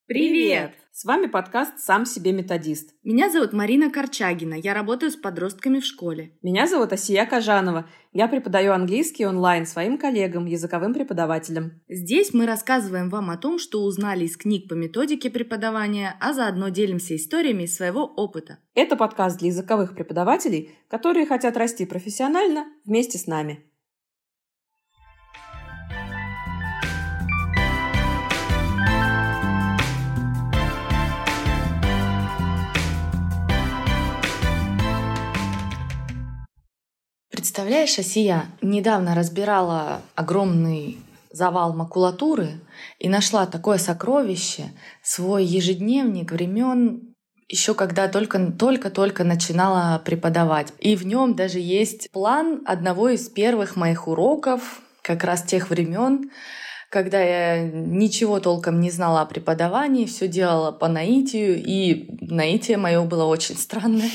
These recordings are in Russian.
Привет! С вами подкаст «Сам себе методист». Меня зовут Марина Корчагина, я работаю с подростками в школе. Меня зовут Асия Кажанова. Я преподаю английский онлайн своим коллегам, языковым преподавателям. Здесь мы рассказываем вам о том, что узнали из книг по методике преподавания, а заодно делимся историями из своего опыта. Это подкаст для языковых преподавателей, которые хотят расти профессионально вместе с нами. Представляешь, Асия, недавно разбирала огромный завал макулатуры и нашла такое сокровище, свой ежедневник времен еще когда только начинала преподавать. И в нем даже есть план одного из первых моих уроков, как раз тех времен, когда я ничего толком не знала о преподавании, все делала по наитию, и наитие мое было очень странное.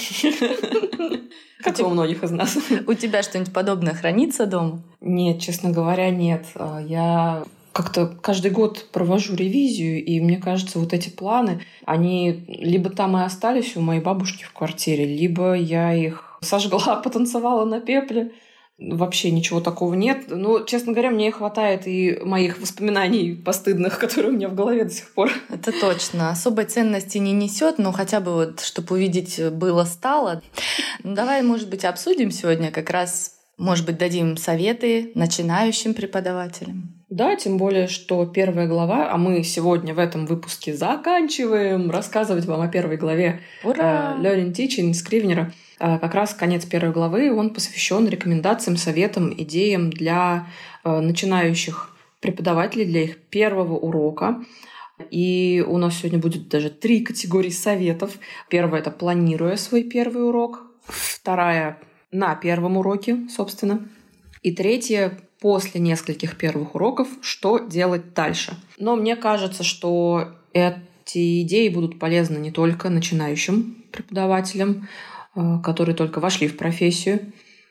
Как у многих из нас. У тебя что-нибудь подобное хранится дома? Нет, честно говоря, нет. Я как-то каждый год провожу ревизию, и мне кажется, вот эти планы, они либо там и остались у моей бабушки в квартире, либо я их сожгла, потанцевала на пепле. Вообще ничего такого нет. Но, честно говоря, мне хватает и моих воспоминаний постыдных, которые у меня в голове до сих пор. Это точно. Особой ценности не несет, но хотя бы вот, чтобы увидеть было-стало. Давай, может быть, обсудим сегодня как раз, может быть, дадим советы начинающим преподавателям. Да, тем более, что первая глава, а мы сегодня в этом выпуске заканчиваем рассказывать вам о первой главе Learning Teaching Скривнера. Как раз конец первой главы, он посвящен рекомендациям, советам, идеям для начинающих преподавателей, для их первого урока. И у нас сегодня будет даже 3 категории советов. Первая — это планируя свой первый урок. Вторая — на первом уроке, собственно. И третья — после нескольких первых уроков, что делать дальше. Но мне кажется, что эти идеи будут полезны не только начинающим преподавателям, которые только вошли в профессию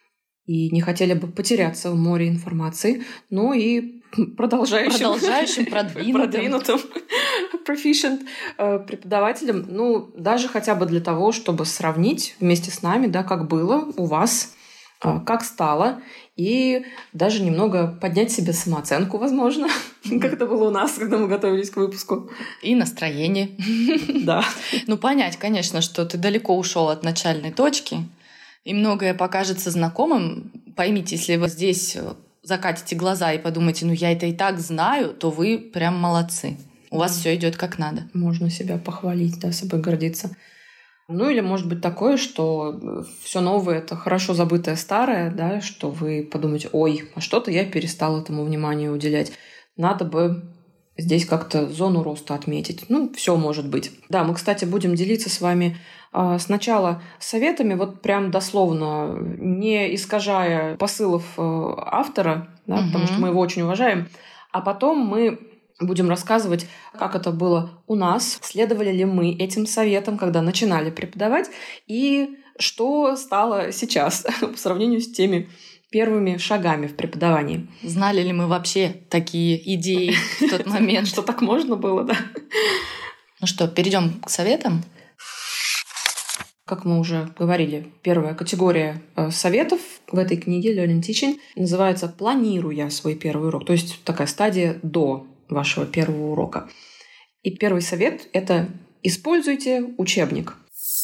и не хотели бы потеряться в море информации, но и продолжающим продвинутым proficient преподавателям, даже хотя бы для того, чтобы сравнить вместе с нами, да, как было у вас, как стало, и даже немного поднять себе самооценку, возможно, как это было у нас, когда мы готовились к выпуску. И настроение. Да. Понять, конечно, что ты далеко ушел от начальной точки, и многое покажется знакомым. Поймите, если вы здесь закатите глаза и подумаете, я это и так знаю, то вы прям молодцы. У вас все идет как надо. Можно себя похвалить, да, собой гордиться. Или может быть такое, что все новое — это хорошо забытое старое, да, что вы подумаете, а что-то я перестал этому внимание уделять. Надо бы здесь как-то зону роста отметить. Все может быть. Да, мы, кстати, будем делиться с вами сначала советами, вот прям дословно, не искажая посылов автора, да, потому что мы его очень уважаем, а потом мы будем рассказывать, как это было у нас, следовали ли мы этим советам, когда начинали преподавать, и что стало сейчас по сравнению с теми первыми шагами в преподавании. Знали ли мы вообще такие идеи в тот момент? Что так можно было, да? Ну что, перейдем к советам? Как мы уже говорили, первая категория советов в этой книге Learning Teaching называется «Планируя свой первый урок». То есть такая стадия до вашего первого урока. И первый совет — это используйте учебник.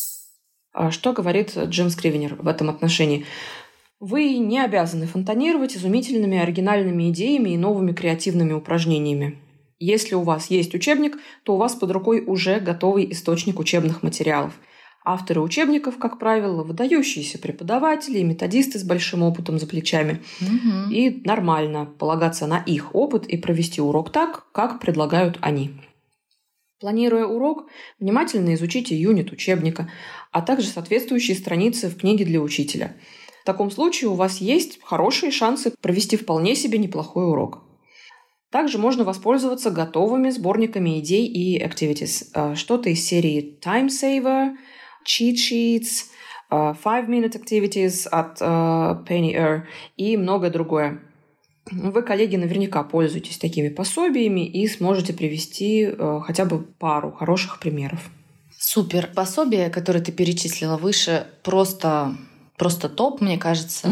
Что говорит Джим Скривнер в этом отношении? Вы не обязаны фонтанировать изумительными оригинальными идеями и новыми креативными упражнениями. Если у вас есть учебник, то у вас под рукой уже готовый источник учебных материалов. Авторы учебников, как правило, выдающиеся преподаватели и методисты с большим опытом за плечами. И нормально полагаться на их опыт и провести урок так, как предлагают они. Планируя урок, внимательно изучите юнит учебника, а также соответствующие страницы в книге для учителя. В таком случае у вас есть хорошие шансы провести вполне себе неплохой урок. Также можно воспользоваться готовыми сборниками идей и activities. Что-то из серии Time Saver, Cheat Sheets, 5-minute activities от Penny Earl и многое другое. Вы, коллеги, наверняка пользуетесь такими пособиями и сможете привести хотя бы пару хороших примеров. Супер. Пособие, которое ты перечислила выше, просто топ, мне кажется.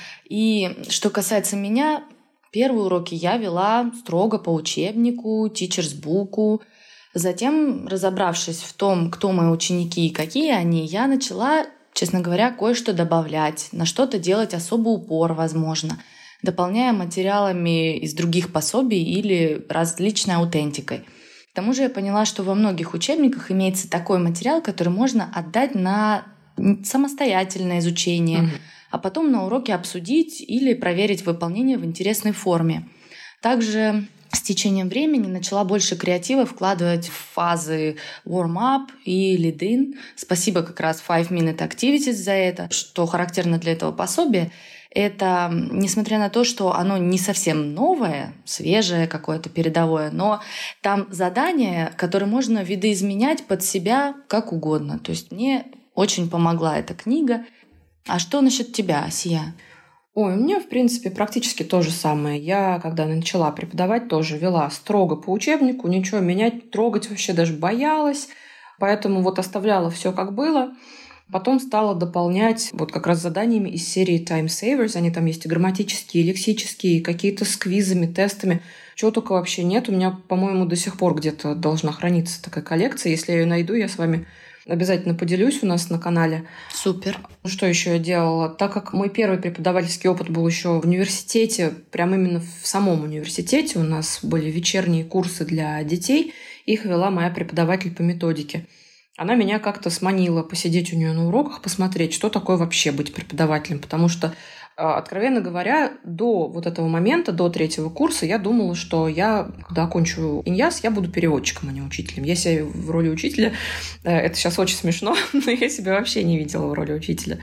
И что касается меня, первые уроки я вела строго по учебнику, teacher's book'у. Затем, разобравшись в том, кто мои ученики и какие они, я начала, честно говоря, кое-что добавлять, на что-то делать особый упор, возможно, дополняя материалами из других пособий или различной аутентикой. К тому же я поняла, что во многих учебниках имеется такой материал, который можно отдать на самостоятельное изучение, а потом на уроке обсудить или проверить выполнение в интересной форме. Также с течением времени начала больше креатива вкладывать в фазы warm-up и lead-in. Спасибо как раз 5-minute activities за это, что характерно для этого пособия. Это, несмотря на то, что оно не совсем новое, свежее какое-то, передовое, но там задания, которые можно видоизменять под себя как угодно. То есть мне очень помогла эта книга. А что насчет тебя, Асия? Ой, у меня, в принципе, практически то же самое. Я, когда начала преподавать, тоже вела строго по учебнику, ничего менять, трогать вообще даже боялась, поэтому вот оставляла все как было. Потом стала дополнять вот как раз заданиями из серии Time Savers. Они там есть и грамматические, и лексические, и какие-то с квизами, тестами. Чего только вообще нет. У меня, по-моему, до сих пор где-то должна храниться такая коллекция. Если я ее найду, я с вами обязательно поделюсь у нас на канале. Супер. Что еще я делала? Так как мой первый преподавательский опыт был еще в университете, прям именно в самом университете, у нас были вечерние курсы для детей, их вела моя преподаватель по методике. Она меня как-то сманила посидеть у нее на уроках, посмотреть, что такое вообще быть преподавателем. Потому что, откровенно говоря, до вот этого момента, до 3-го курса, я думала, что я, когда окончу иньяс, я буду переводчиком, а не учителем. Я себя в роли учителя, это сейчас очень смешно, но я себя вообще не видела в роли учителя.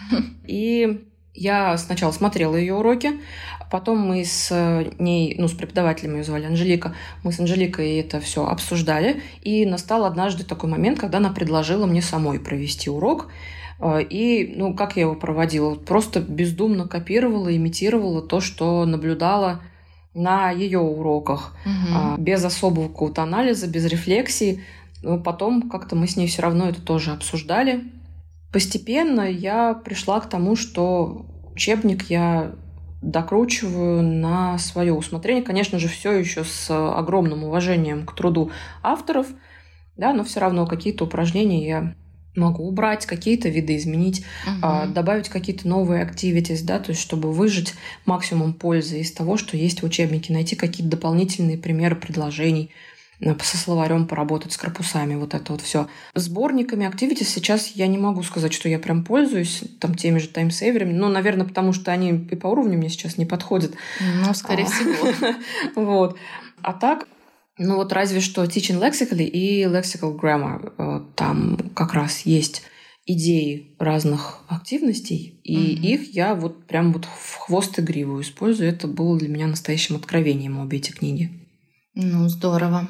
И я сначала смотрела ее уроки, потом мы с ней, с преподавателем, ее звали Анжелика, мы с Анжеликой это все обсуждали, и настал однажды такой момент, когда она предложила мне самой провести урок. И, как я его проводила? Просто бездумно копировала, имитировала то, что наблюдала на ее уроках, без особого какого-то анализа, без рефлексии. Но потом как-то мы с ней все равно это тоже обсуждали. Постепенно я пришла к тому, что учебник я докручиваю на свое усмотрение. Конечно же, все еще с огромным уважением к труду авторов, да, но все равно какие-то упражнения я могу убрать, какие-то виды изменить, добавить какие-то новые activities, да, то есть чтобы выжать максимум пользы из того, что есть в учебнике, найти какие-то дополнительные примеры предложений, со словарем поработать, с корпусами, вот это вот все. Сборниками activities сейчас я не могу сказать, что я прям пользуюсь там теми же таймсейверами. Наверное, потому что они и по уровню мне сейчас не подходят. Скорее всего. Вот. А так, разве что Teaching Lexically и Lexical Grammar. Там как раз есть идеи разных активностей, и их я прям в хвост и гриву использую. Это было для меня настоящим откровением, обе эти книги. Здорово.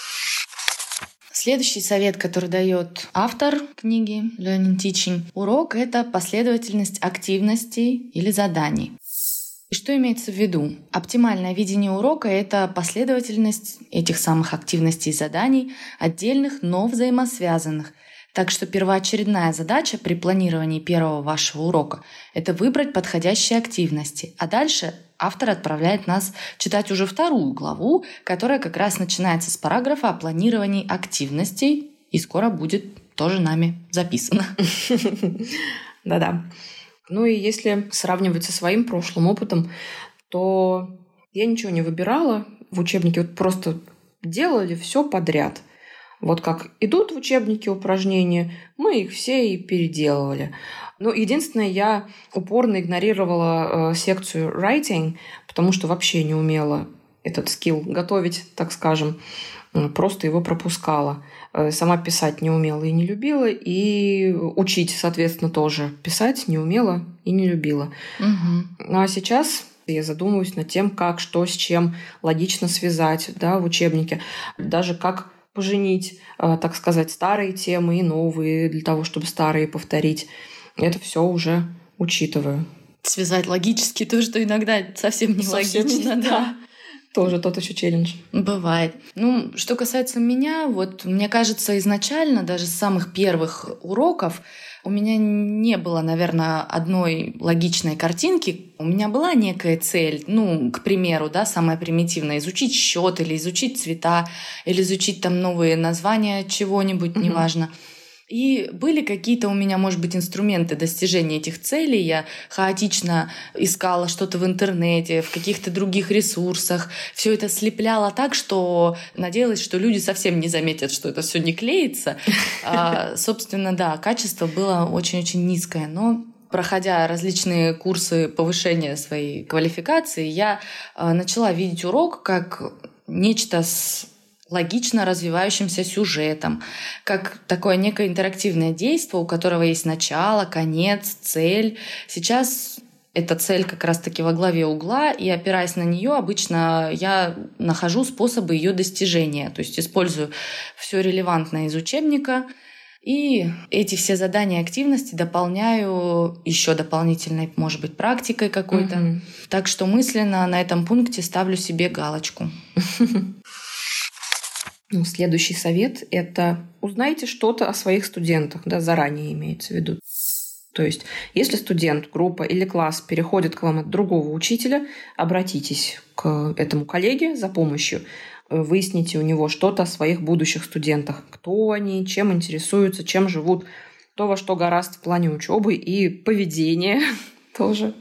Следующий совет, который дает автор книги Learning Teaching, урок — это последовательность активностей или заданий. И что имеется в виду? Оптимальное видение урока — это последовательность этих самых активностей и заданий, отдельных, но взаимосвязанных. Так что первоочередная задача при планировании первого вашего урока — это выбрать подходящие активности, а дальше автор отправляет нас читать уже 2-ю главу, которая как раз начинается с параграфа о планировании активностей и скоро будет тоже нами записана. Да-да. И если сравнивать со своим прошлым опытом, то я ничего не выбирала в учебнике, просто делали все подряд. Вот как идут в учебнике упражнения, мы их все и переделывали. Единственное, я упорно игнорировала секцию writing, потому что вообще не умела этот скилл готовить, так скажем. Просто его пропускала. Сама писать не умела и не любила, и учить, соответственно, тоже писать не умела и не любила. А сейчас я задумываюсь над тем, как, что, с чем логично связать, да, в учебнике. Даже как поженить, так сказать, старые темы и новые, для того, чтобы старые повторить. Это все уже учитываю. Связать логически то, что иногда совсем не логично, да. Тоже тот еще челлендж. Бывает. Что касается меня, мне кажется, изначально, даже с самых первых уроков, у меня не было, наверное, одной логичной картинки. У меня была некая цель, к примеру, да, самая примитивная, изучить счет или изучить цвета, или изучить там новые названия чего-нибудь, неважно. И были какие-то у меня, может быть, инструменты достижения этих целей. Я хаотично искала что-то в интернете, в каких-то других ресурсах. Все это слепляла так, что надеялась, что люди совсем не заметят, что это все не клеится. Собственно, да, качество было очень-очень низкое. Но проходя различные курсы повышения своей квалификации, я начала видеть урок как нечто с логично развивающимся сюжетом, как такое некое интерактивное действие, у которого есть начало, конец, цель. Сейчас эта цель как раз-таки во главе угла, и опираясь на нее, обычно я нахожу способы ее достижения, то есть использую все релевантное из учебника, и эти все задания и активности дополняю еще дополнительной, может быть, практикой какой-то. Так что мысленно на этом пункте ставлю себе галочку. Следующий совет – это узнайте что-то о своих студентах, да, заранее имеется в виду. То есть, если студент, группа или класс переходит к вам от другого учителя, обратитесь к этому коллеге за помощью, выясните у него что-то о своих будущих студентах, кто они, чем интересуются, чем живут, то, во что горазд в плане учебы и поведения тоже.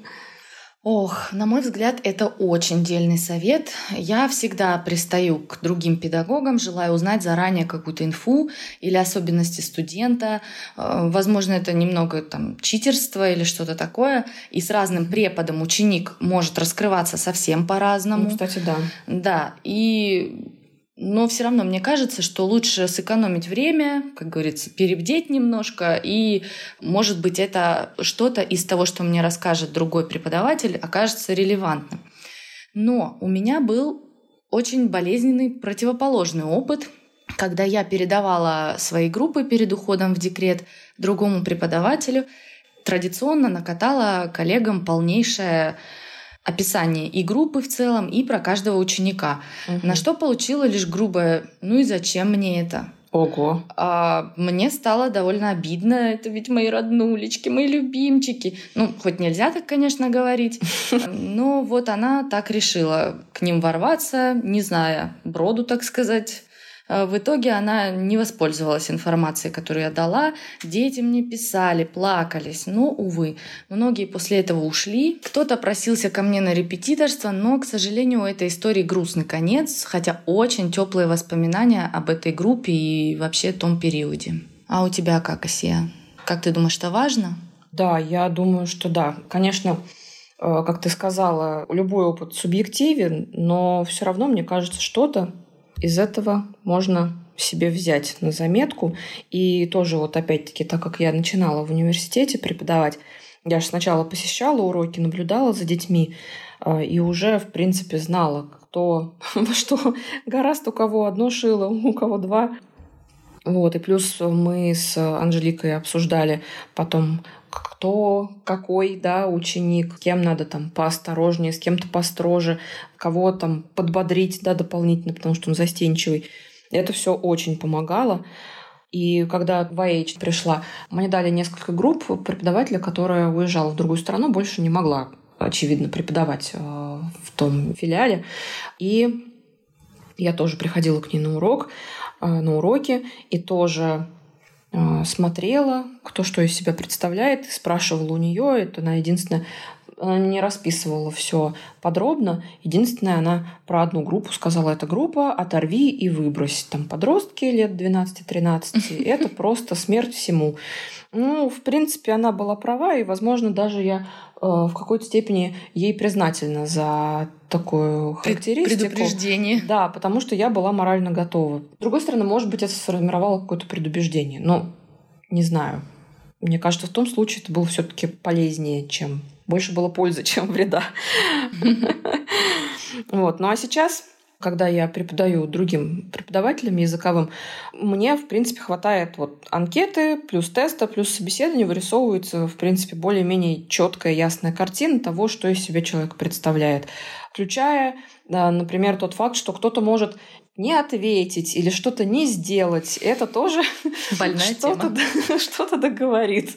На мой взгляд, это очень дельный совет. Я всегда пристаю к другим педагогам, желаю узнать заранее какую-то инфу или особенности студента. Возможно, это немного читерство или что-то такое. И с разным преподом ученик может раскрываться совсем по-разному. Кстати, да. Да, но все равно мне кажется, что лучше сэкономить время, как говорится, перебдеть немножко, и, может быть, это что-то из того, что мне расскажет другой преподаватель, окажется релевантным. Но у меня был очень болезненный противоположный опыт, когда я передавала свои группы перед уходом в декрет другому преподавателю, традиционно накатала коллегам полнейшее описание и группы в целом, и про каждого ученика. На что получила лишь грубое «ну и зачем мне это?». Ого. Мне стало довольно обидно. Это ведь мои роднулечки, мои любимчики. Хоть нельзя так, конечно, говорить. Но она так решила к ним ворваться, не зная броду, так сказать. В итоге она не воспользовалась информацией, которую я дала. Дети мне писали, плакались. Но, увы, многие после этого ушли. Кто-то просился ко мне на репетиторство, но, к сожалению, у этой истории грустный конец, хотя очень теплые воспоминания об этой группе и вообще том периоде. А у тебя как, Асия? Как ты думаешь, это важно? Да, я думаю, что да. Конечно, как ты сказала, любой опыт субъективен, но все равно, мне кажется, что-то из этого можно себе взять на заметку. И тоже опять-таки, так как я начинала в университете преподавать, я же сначала посещала уроки, наблюдала за детьми и уже, в принципе, знала, кто во что гораздо, у кого одно шило, у кого два. И плюс мы с Анжеликой обсуждали потом, кто какой, да, ученик, с кем надо поосторожнее, с кем-то построже, кого подбодрить, да, дополнительно, потому что он застенчивый. Это все очень помогало. И когда в AH пришла, мне дали несколько групп преподавателя, которая уезжала в другую страну, больше не могла, очевидно, преподавать в том филиале. И я тоже приходила к ней на уроки, и тоже смотрела, кто что из себя представляет, спрашивала у нее. Это она единственное, она не расписывала все подробно. Единственное, она про одну группу сказала: это группа «Оторви и выбрось». Подростки лет 12-13. Это просто смерть всему. В принципе, она была права, и, возможно, даже я в какой-то степени ей признательна за такую характеристику. Предупреждение. Да, потому что я была морально готова. С другой стороны, может быть, это сформировало какое-то предубеждение. Не знаю. Мне кажется, в том случае это было все-таки полезнее, чем... Больше было пользы, чем вреда. Ну а сейчас, когда я преподаю другим преподавателям языковым, мне, в принципе, хватает вот анкеты, плюс теста, плюс собеседования, вырисовывается, в принципе, более-менее четкая, ясная картина того, что из себя человек представляет. Включая, да, например, тот факт, что кто-то может не ответить или что-то не сделать. Это тоже больная тема. Что-то договорит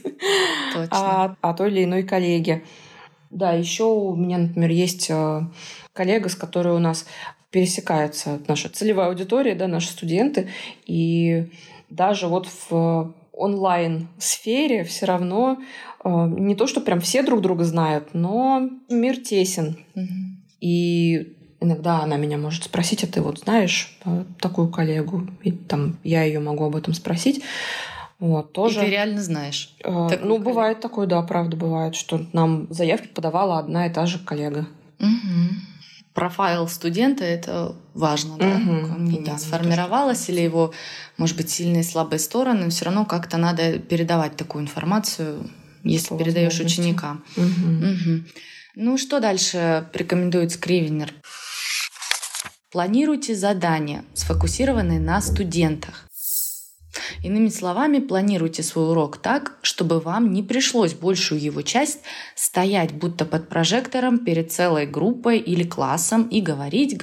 о той или иной коллеге. Да, еще у меня, например, есть коллега, с которой у нас пересекается наша целевая аудитория, да, наши студенты, и даже вот в онлайн-сфере все равно не то, что прям все друг друга знают, но мир тесен. И иногда она меня может спросить: а ты вот знаешь такую коллегу? И там я ее могу об этом спросить. Вот, тоже. И ты реально знаешь? Ну, бывает такое, да, правда, бывает, что нам заявки подавала одна и та же коллега. Профайл студента — это важно, да? Мнение сформировалось, или его, может быть, сильные и слабые стороны, все равно как-то надо передавать такую информацию, если передаешь ученикам. Ну, что дальше рекомендует Скривенер? Планируйте задания, сфокусированные на студентах. Иными словами, планируйте свой урок так, чтобы вам не пришлось большую его часть стоять будто под прожектором перед целой группой или классом и говорить.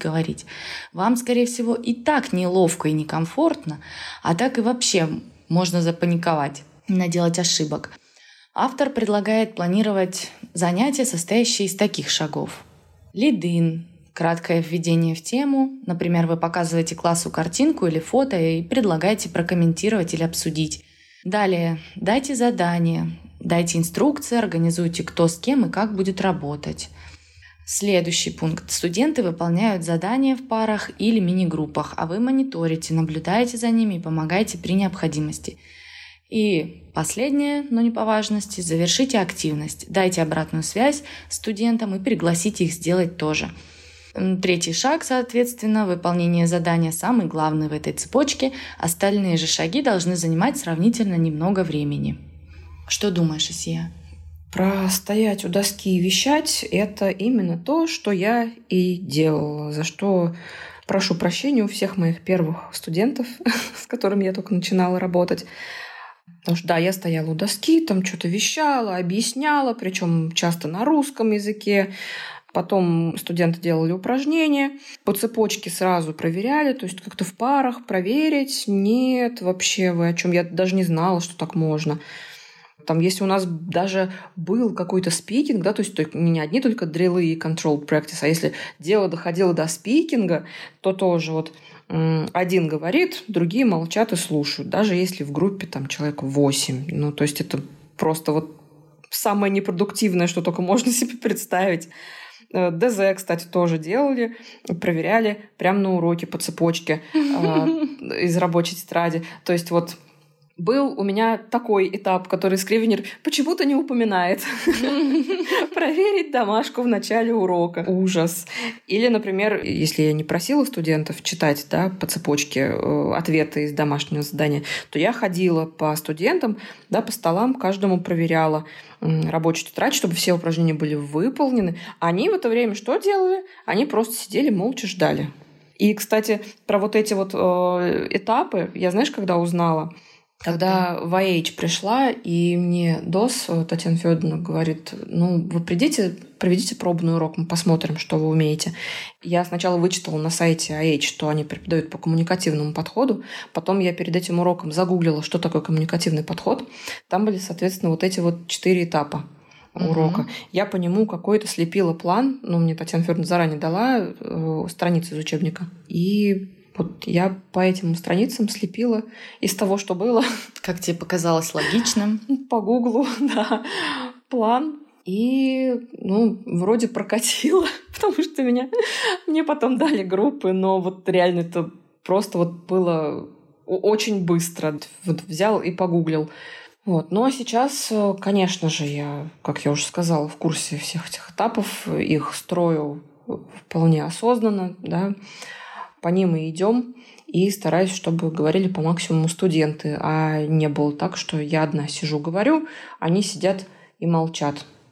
Вам, скорее всего, и так неловко и некомфортно, а так и вообще можно запаниковать, наделать ошибок. Автор предлагает планировать занятия, состоящие из таких шагов. Лид-ин. Краткое введение в тему. Например, вы показываете классу картинку или фото и предлагаете прокомментировать или обсудить. Далее, дайте задание, дайте инструкции, организуйте, кто с кем и как будет работать. Следующий пункт. Студенты выполняют задания в парах или мини-группах, а вы мониторите, наблюдаете за ними и помогаете при необходимости. И последнее, но не по важности, завершите активность. Дайте обратную связь студентам и пригласите их сделать тоже. Третий шаг, соответственно, выполнение задания самый главный в этой цепочке. Остальные же шаги должны занимать сравнительно немного времени. Что думаешь, Асия? Про стоять у доски и вещать — это именно то, что я и делала, за что прошу прощения у всех моих первых студентов, с которыми я только начинала работать. Потому что, да, я стояла у доски, там что-то вещала, объясняла, причем часто на русском языке. Потом студенты делали упражнения, по цепочке сразу проверяли, то есть как-то в парах проверить. Нет, вообще вы о чем? Я даже не знала, что так можно. Там, если у нас даже был какой-то спикинг, да, то есть не одни только дриллы и controlled practice, а если дело доходило до спикинга, то тоже вот один говорит, другие молчат и слушают, даже если в группе там человек 8. Ну, то есть это просто вот самое непродуктивное, что только можно себе представить. ДЗ, кстати, тоже делали, проверяли прямо на уроке по цепочке из рабочей тетради. То есть вот был у меня такой этап, который Скривенер почему-то не упоминает. Проверить домашку в начале урока. Ужас. Или, например, если я не просила студентов читать, да, по цепочке ответы из домашнего задания, то я ходила по студентам, да, по столам, каждому проверяла рабочую тетрадь, чтобы все упражнения были выполнены. Они в это время что делали? Они просто сидели, молча ждали. И, кстати, про вот эти вот этапы я, знаешь, когда узнала? Когда в АЭЧ пришла, и мне ДОС Татьяна Федоровна говорит: ну, вы проведите пробный урок, мы посмотрим, что вы умеете. Я сначала вычитала на сайте АЭЧ, что они преподают по коммуникативному подходу. Потом я перед этим уроком загуглила, что такое коммуникативный подход. Там были, соответственно, вот эти вот 4 этапа урока. Я по нему какой-то слепила план. Ну, мне Татьяна Федоровна заранее дала страницу из учебника. И вот я по этим страницам слепила из того, что было. Как тебе показалось логичным? По Гуглу, да, план. И, ну, вроде прокатило, потому что мне потом дали группы, но вот реально это просто вот было очень быстро. Вот взял и погуглил. Вот. Ну, а сейчас, конечно же, я, как я уже сказала, в курсе всех этих этапов, их строю вполне осознанно, да. По ним и идем, и стараюсь, чтобы говорили по максимуму студенты, а не было так, что я одна сижу, говорю, они сидят и молчат.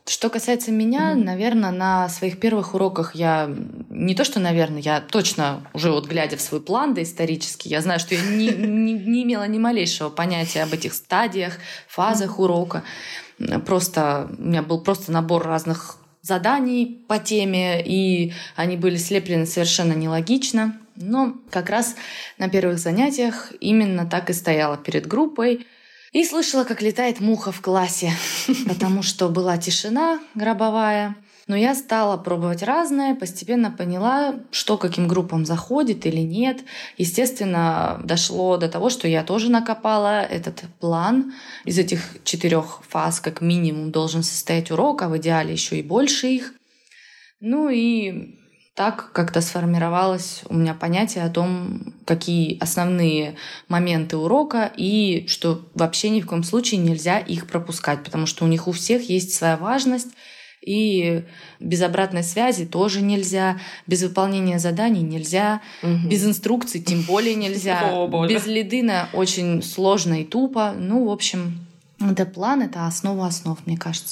Что касается меня, наверное, на своих первых уроках я не то, что, наверное, я точно уже вот глядя в свой план доисторический, я знаю, что я не имела ни малейшего понятия об этих стадиях, фазах урока. Просто у меня был просто набор разных заданий по теме, и они были слеплены совершенно нелогично. Но как раз на первых занятиях именно так и стояла перед группой и слышала, как летает муха в классе, потому что была тишина гробовая. Но я стала пробовать разное, постепенно поняла, что каким группам заходит или нет. Естественно, дошло до того, что я тоже накопала этот план. Из этих 4 фаз как минимум должен состоять урок, а в идеале еще и больше их. Ну и так как-то сформировалось у меня понятие о том, какие основные моменты урока и что вообще ни в коем случае нельзя их пропускать, потому что у них у всех есть своя важность, и без обратной связи тоже нельзя, без выполнения заданий нельзя, без инструкций тем более нельзя, без лидына очень сложно и тупо. Ну, в общем, этот план — это основа основ, мне кажется.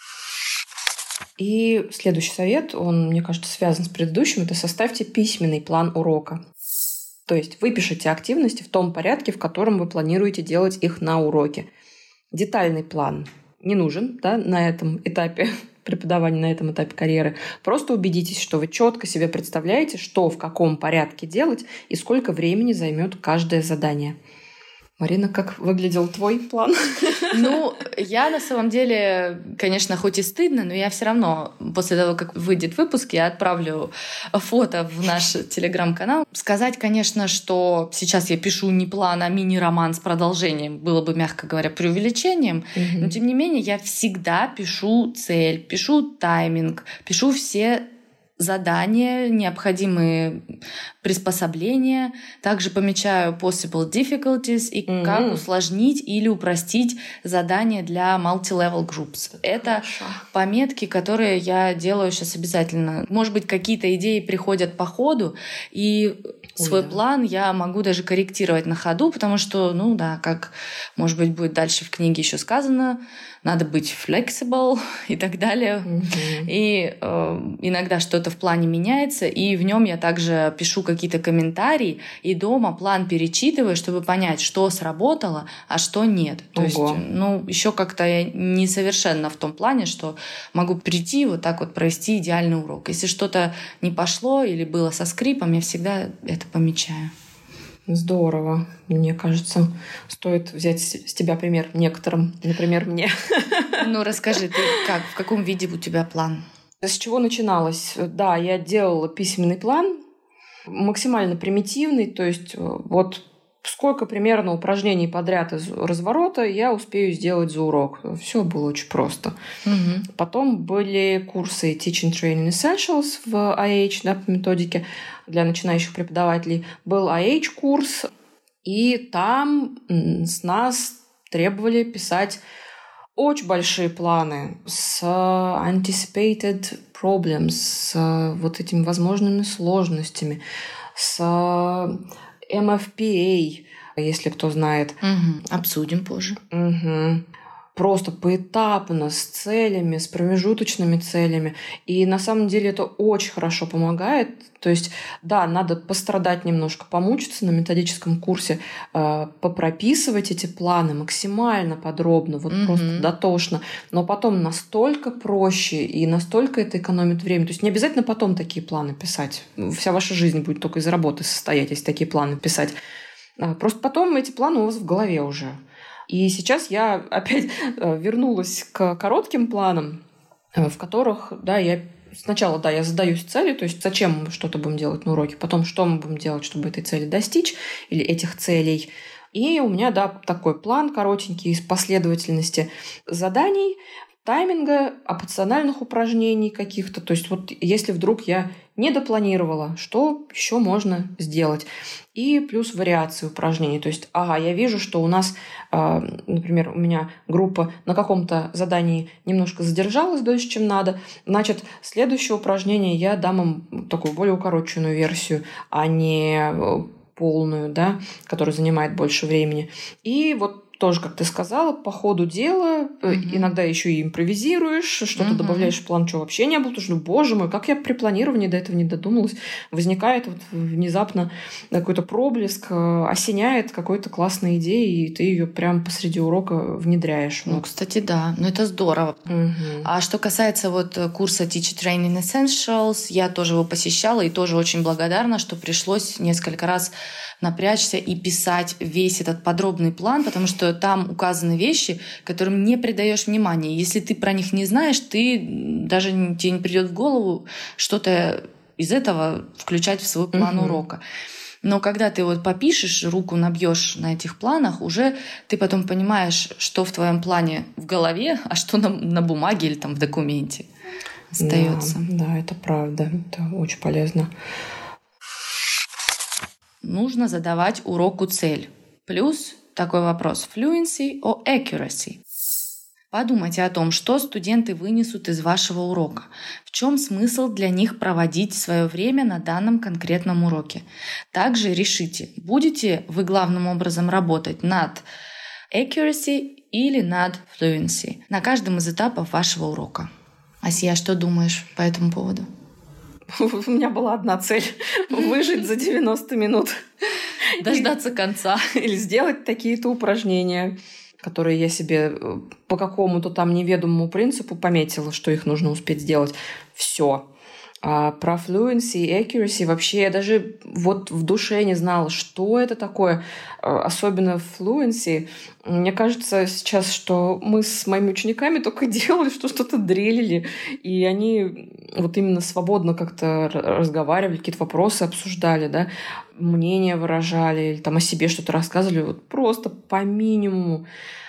И следующий совет, он, мне кажется, связан с предыдущим, это составьте письменный план урока. То есть выпишите активности в том порядке, в котором вы планируете делать их на уроке. Детальный план не нужен, да, на этом этапе преподавания, на этом этапе карьеры. Просто убедитесь, что вы четко себе представляете, что в каком порядке делать и сколько времени займет каждое задание. Марина, как выглядел твой план? Ну, я на самом деле, конечно, хоть и стыдно, но я все равно после того, как выйдет выпуск, я отправлю фото в наш телеграм-канал. Сказать, конечно, что сейчас я пишу не план, а мини-роман с продолжением, было бы, мягко говоря, преувеличением. Но, тем не менее, я всегда пишу цель, пишу тайминг, пишу все задания, необходимые приспособления. Также помечаю possible difficulties и как усложнить или упростить задания для multi-level groups. Это пометки, которые я делаю сейчас обязательно. Может быть, какие-то идеи приходят по ходу, и свой план я могу даже корректировать на ходу, потому что, ну да, как, может быть, будет дальше в книге еще сказано, надо быть flexible и так далее. И иногда что-то в плане меняется, и в нем я также пишу какие-то комментарии, и дома план перечитываю, чтобы понять, что сработало, а что нет. То есть, ну, еще как-то я несовершенна в том плане, что могу прийти вот так вот провести идеальный урок. Если что-то не пошло или было со скрипом, я всегда это помечаю. Здорово. Мне кажется, стоит взять с тебя пример некоторым, например, мне. Ну, расскажи, ты как, в каком виде у тебя план? С чего начиналось? Да, я делала письменный план, максимально примитивный, то есть вот сколько примерно упражнений подряд из разворота я успею сделать за урок. Все было очень просто. Потом были курсы Teaching Training Essentials в IH, да, по методике для начинающих преподавателей. Был IH-курс, и там с нас требовали писать очень большие планы с anticipated problems, с вот этими возможными сложностями, с MFPA, если кто знает. Обсудим позже. Просто поэтапно, с целями, с промежуточными целями. И на самом деле это очень хорошо помогает. То есть, да, надо пострадать немножко, помучиться на методическом курсе, попрописывать эти планы максимально подробно, вот просто дотошно. Но потом настолько проще и настолько это экономит время. То есть не обязательно потом такие планы писать. Вся ваша жизнь будет только из работы состоять, если такие планы писать. Просто потом эти планы у вас в голове уже. И сейчас я опять вернулась к коротким планам, в которых, да, я сначала, я задаюсь цели, то есть зачем мы что-то будем делать на уроке, потом что мы будем делать, чтобы этой цели достичь, или этих целей. И у меня, да, такой план коротенький из последовательности заданий, тайминга, опциональных упражнений каких-то. То есть вот если вдруг я не допланировала, что еще можно сделать? И плюс вариации упражнений. То есть, я вижу, что у нас, например, у меня группа на каком-то задании немножко задержалась дольше, чем надо. Значит, следующее упражнение я дам им такую более укороченную версию, а не полную, да, которая занимает больше времени. И вот тоже, как ты сказала, по ходу дела, иногда еще и импровизируешь, что-то добавляешь в план, чего вообще не было, потому что, боже мой, как я при планировании до этого не додумалась. Возникает вот внезапно какой-то проблеск, осеняет какой-то классной идеей, и ты ее прямо посреди урока внедряешь. Ну, кстати, да, но это здорово. А что касается вот курса Teacher Training Essentials, я тоже его посещала и тоже очень благодарна, что пришлось несколько раз напрячься и писать весь этот подробный план, потому что там указаны вещи, которым не придаешь внимания. Если ты про них не знаешь, тебе не придет в голову что-то из этого включать в свой план урока. Но когда ты вот попишешь, руку набьешь на этих планах, уже ты потом понимаешь, что в твоем плане в голове, а что на бумаге или там в документе остается. Да, это правда. Это очень полезно. Нужно задавать уроку цель. Плюс такой вопрос: fluency or accuracy? Подумайте о том, что студенты вынесут из вашего урока. В чем смысл для них проводить свое время на данном конкретном уроке. Также решите, будете вы главным образом работать над accuracy или над fluency на каждом из этапов вашего урока. Асия, что думаешь по этому поводу? У меня была одна цель — выжить за 90 минут. Дождаться конца. Или сделать такие-то упражнения, которые я себе по какому-то там неведомому принципу пометила, что их нужно успеть сделать. Все. А про fluency и accuracy вообще я даже вот в душе не знала, что это такое. Особенно fluency. Мне кажется сейчас, что мы с моими учениками только делали, что что-то дрелили, и они вот именно свободно как-то разговаривали, какие-то вопросы обсуждали, да, мнения выражали, или там о себе что-то рассказывали, вот просто по минимуму.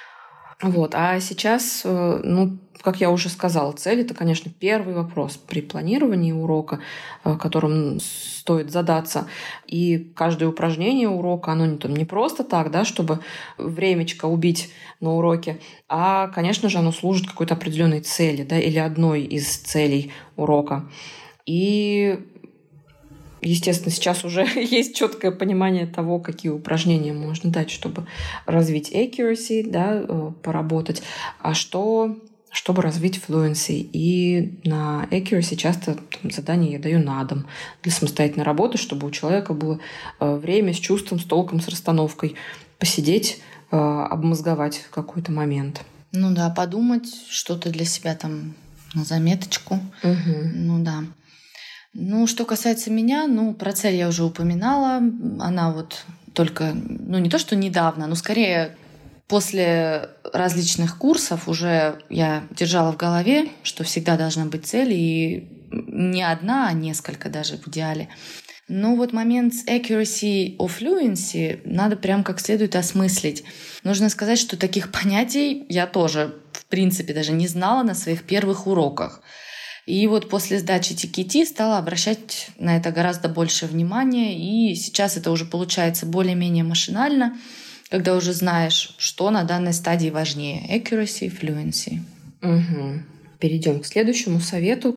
Вот. А сейчас, как я уже сказала, цель — это, конечно, первый вопрос при планировании урока, которым стоит задаться. И каждое упражнение урока, оно не просто так, да, чтобы времечко убить на уроке, а, конечно же, оно служит какой-то определенной цели, да, или одной из целей урока. И естественно, сейчас уже есть четкое понимание того, какие упражнения можно дать, чтобы развить accuracy, да, поработать, а что, чтобы развить fluency. И на accuracy часто задания я даю на дом для самостоятельной работы, чтобы у человека было время с чувством, с толком, с расстановкой посидеть, обмозговать какой-то момент. Ну да, подумать что-то для себя там на заметочку. Ну да. Ну, что касается меня, про цель я уже упоминала. Она вот только, не то что недавно, но скорее после различных курсов уже я держала в голове, что всегда должна быть цель, и не одна, а несколько даже в идеале. Но вот момент с accuracy or fluency надо прям как следует осмыслить. Нужно сказать, что таких понятий я тоже, в принципе, даже не знала на своих первых уроках. И вот после сдачи TKT стала обращать на это гораздо больше внимания, и сейчас это уже получается более-менее машинально, когда уже знаешь, что на данной стадии важнее — accuracy, fluency. Перейдем к следующему совету.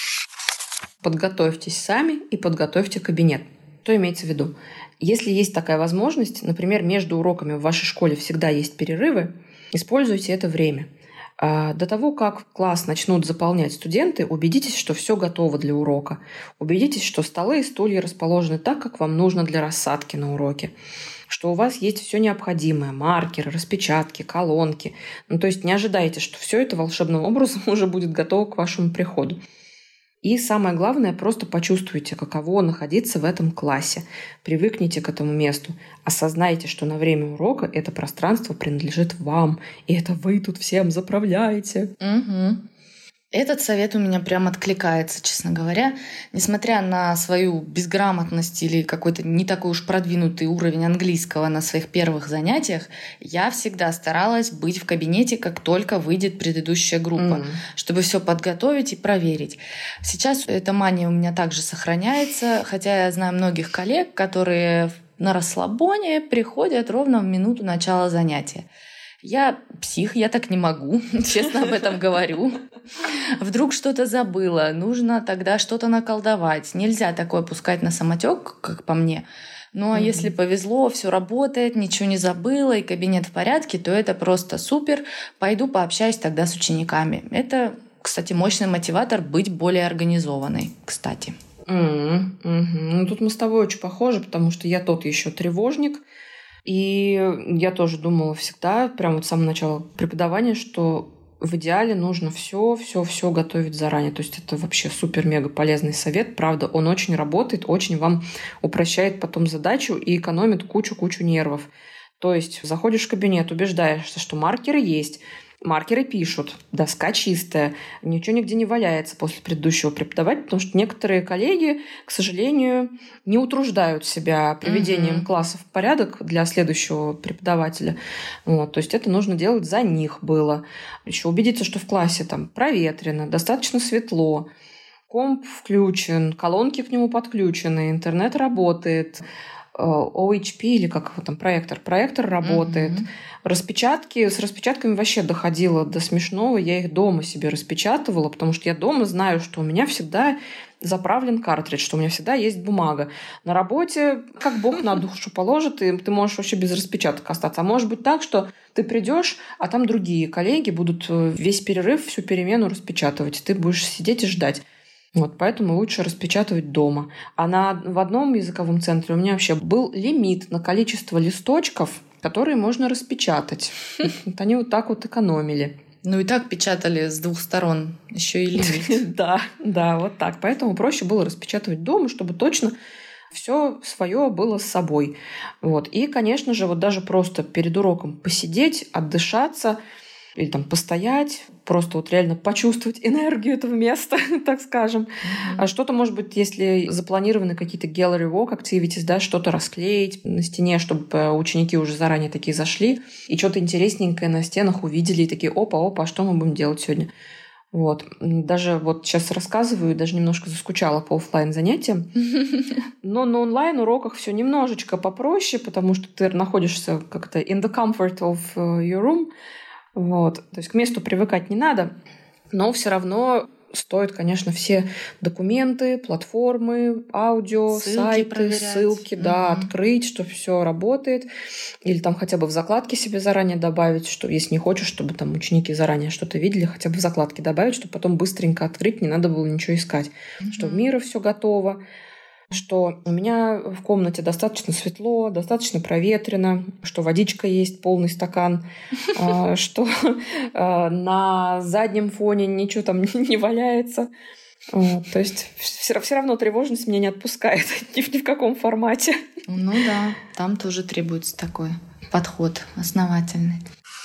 Подготовьтесь сами и подготовьте кабинет. Что имеется в виду? Если есть такая возможность, например, между уроками в вашей школе всегда есть перерывы, используйте это время. До того, как класс начнут заполнять студенты, убедитесь, что все готово для урока. Убедитесь, что столы и стулья расположены так, как вам нужно для рассадки на уроке. Что у вас есть все необходимое — маркеры, распечатки, колонки. То есть не ожидайте, что все это волшебным образом уже будет готово к вашему приходу. И самое главное, просто почувствуйте, каково находиться в этом классе. Привыкните к этому месту. Осознайте, что на время урока это пространство принадлежит вам. И это вы тут всем заправляете. Этот совет у меня прям откликается, честно говоря. Несмотря на свою безграмотность или какой-то не такой уж продвинутый уровень английского на своих первых занятиях, я всегда старалась быть в кабинете, как только выйдет предыдущая группа, чтобы все подготовить и проверить. Сейчас эта мания у меня также сохраняется, хотя я знаю многих коллег, которые на расслабоне приходят ровно в минуту начала занятия. Я псих, я так не могу, честно об этом говорю. Вдруг что-то забыла, нужно тогда что-то наколдовать. Нельзя такое пускать на самотек, как по мне. Ну а если повезло, все работает, ничего не забыла и кабинет в порядке, то это просто супер. Пойду пообщаюсь тогда с учениками. Это, кстати, мощный мотиватор быть более организованной, кстати. Ну тут мы с тобой очень похожи, потому что я тот еще тревожник. И я тоже думала всегда, прямо вот с самого начала преподавания, что в идеале нужно все готовить заранее. То есть это вообще супер-мега полезный совет. Правда, он очень работает, очень вам упрощает потом задачу и экономит кучу-кучу нервов. То есть заходишь в кабинет, убеждаешься, что маркеры есть, маркеры пишут, доска чистая, ничего нигде не валяется после предыдущего преподавателя, потому что некоторые коллеги, к сожалению, не утруждают себя приведением классов в порядок для следующего преподавателя. Вот, то есть это нужно делать за них было. Еще убедиться, что в классе там проветрено, достаточно светло, комп включен, колонки к нему подключены, интернет работает, OHP или как его там, проектор работает. С распечатками вообще доходило до смешного. Я их дома себе распечатывала, потому что я дома знаю, что у меня всегда заправлен картридж, что у меня всегда есть бумага. На работе, как Бог на душу положит, и ты можешь вообще без распечаток остаться. А может быть так, что ты придешь, а там другие коллеги будут весь перерыв, всю перемену распечатывать, и ты будешь сидеть и ждать. Вот, поэтому лучше распечатывать дома. В одном языковом центре у меня вообще был лимит на количество листочков, которые можно распечатать. Вот они вот так вот экономили. Ну и так печатали с двух сторон, еще и лимит. Да, вот так. Поэтому проще было распечатывать дома, чтобы точно все свое было с собой. Вот. И, конечно же, вот даже просто перед уроком посидеть, отдышаться или там постоять, просто вот реально почувствовать энергию этого места, так скажем. А что-то, может быть, если запланированы какие-то gallery walk activities, да, что-то расклеить на стене, чтобы ученики уже заранее такие зашли и что-то интересненькое на стенах увидели и такие, опа, а что мы будем делать сегодня? Вот. Даже вот сейчас рассказываю, даже немножко заскучала по офлайн занятиям. Но на онлайн уроках все немножечко попроще, потому что ты находишься как-то in the comfort of your room. Вот. То есть к месту привыкать не надо, но все равно стоит, конечно, все документы, платформы, аудио, сайты, проверять. ссылки, открыть, что все работает. Или там хотя бы в закладке себе заранее добавить, что если не хочешь, чтобы там ученики заранее что-то видели, хотя бы в закладке добавить, чтобы потом быстренько открыть, не надо было ничего искать. Что в мире все готово, что у меня в комнате достаточно светло, достаточно проветрено, что водичка есть, полный стакан, что на заднем фоне ничего там не валяется. То есть все равно тревожность меня не отпускает ни в каком формате. Ну да, там тоже требуется такой подход основательный.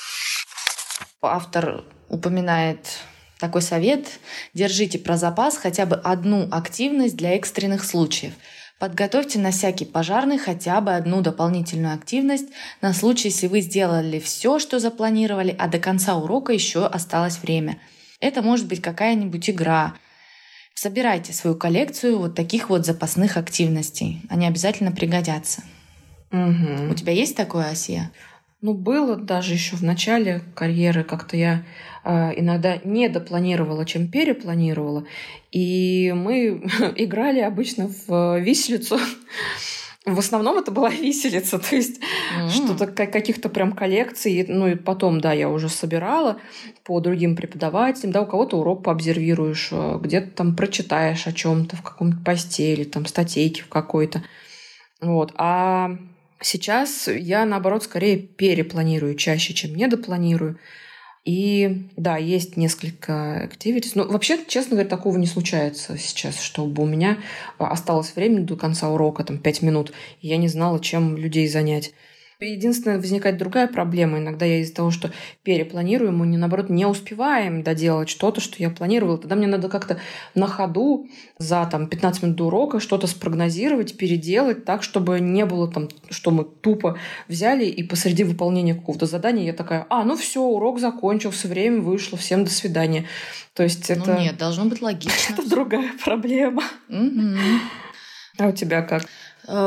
Автор упоминает такой совет: держите про запас хотя бы одну активность для экстренных случаев. Подготовьте на всякий пожарный хотя бы одну дополнительную активность на случай, если вы сделали все, что запланировали, а до конца урока еще осталось время. Это может быть какая-нибудь игра. Собирайте свою коллекцию вот таких вот запасных активностей. Они обязательно пригодятся. У тебя есть такое, Асия? Ну, было даже еще в начале карьеры, как-то я иногда не допланировала, чем перепланировала. И мы играли обычно в виселицу. В основном это была виселица, то есть что-то, каких-то прям коллекций. Ну и потом, да, я уже собирала по другим преподавателям. Да, у кого-то урок пообсервируешь, где-то там прочитаешь о чем-то в каком-то посте или там статейке в какой-то. Вот. А сейчас я, наоборот, скорее перепланирую чаще, чем недопланирую. И да, есть несколько activities. Но вообще, честно говоря, такого не случается сейчас, чтобы у меня осталось время до конца урока, там, 5 минут, и я не знала, чем людей занять. Единственное, возникает другая проблема. Иногда я из-за того, что перепланируем, мы, наоборот, не успеваем доделать что-то, что я планировала. Тогда мне надо как-то на ходу за 15 минут до урока что-то спрогнозировать, переделать так, чтобы не было там, что мы тупо взяли и посреди выполнения какого-то задания я такая, ну все, урок закончился, время вышло, всем до свидания. То есть это... нет, должно быть логично. Это другая проблема. А у тебя как?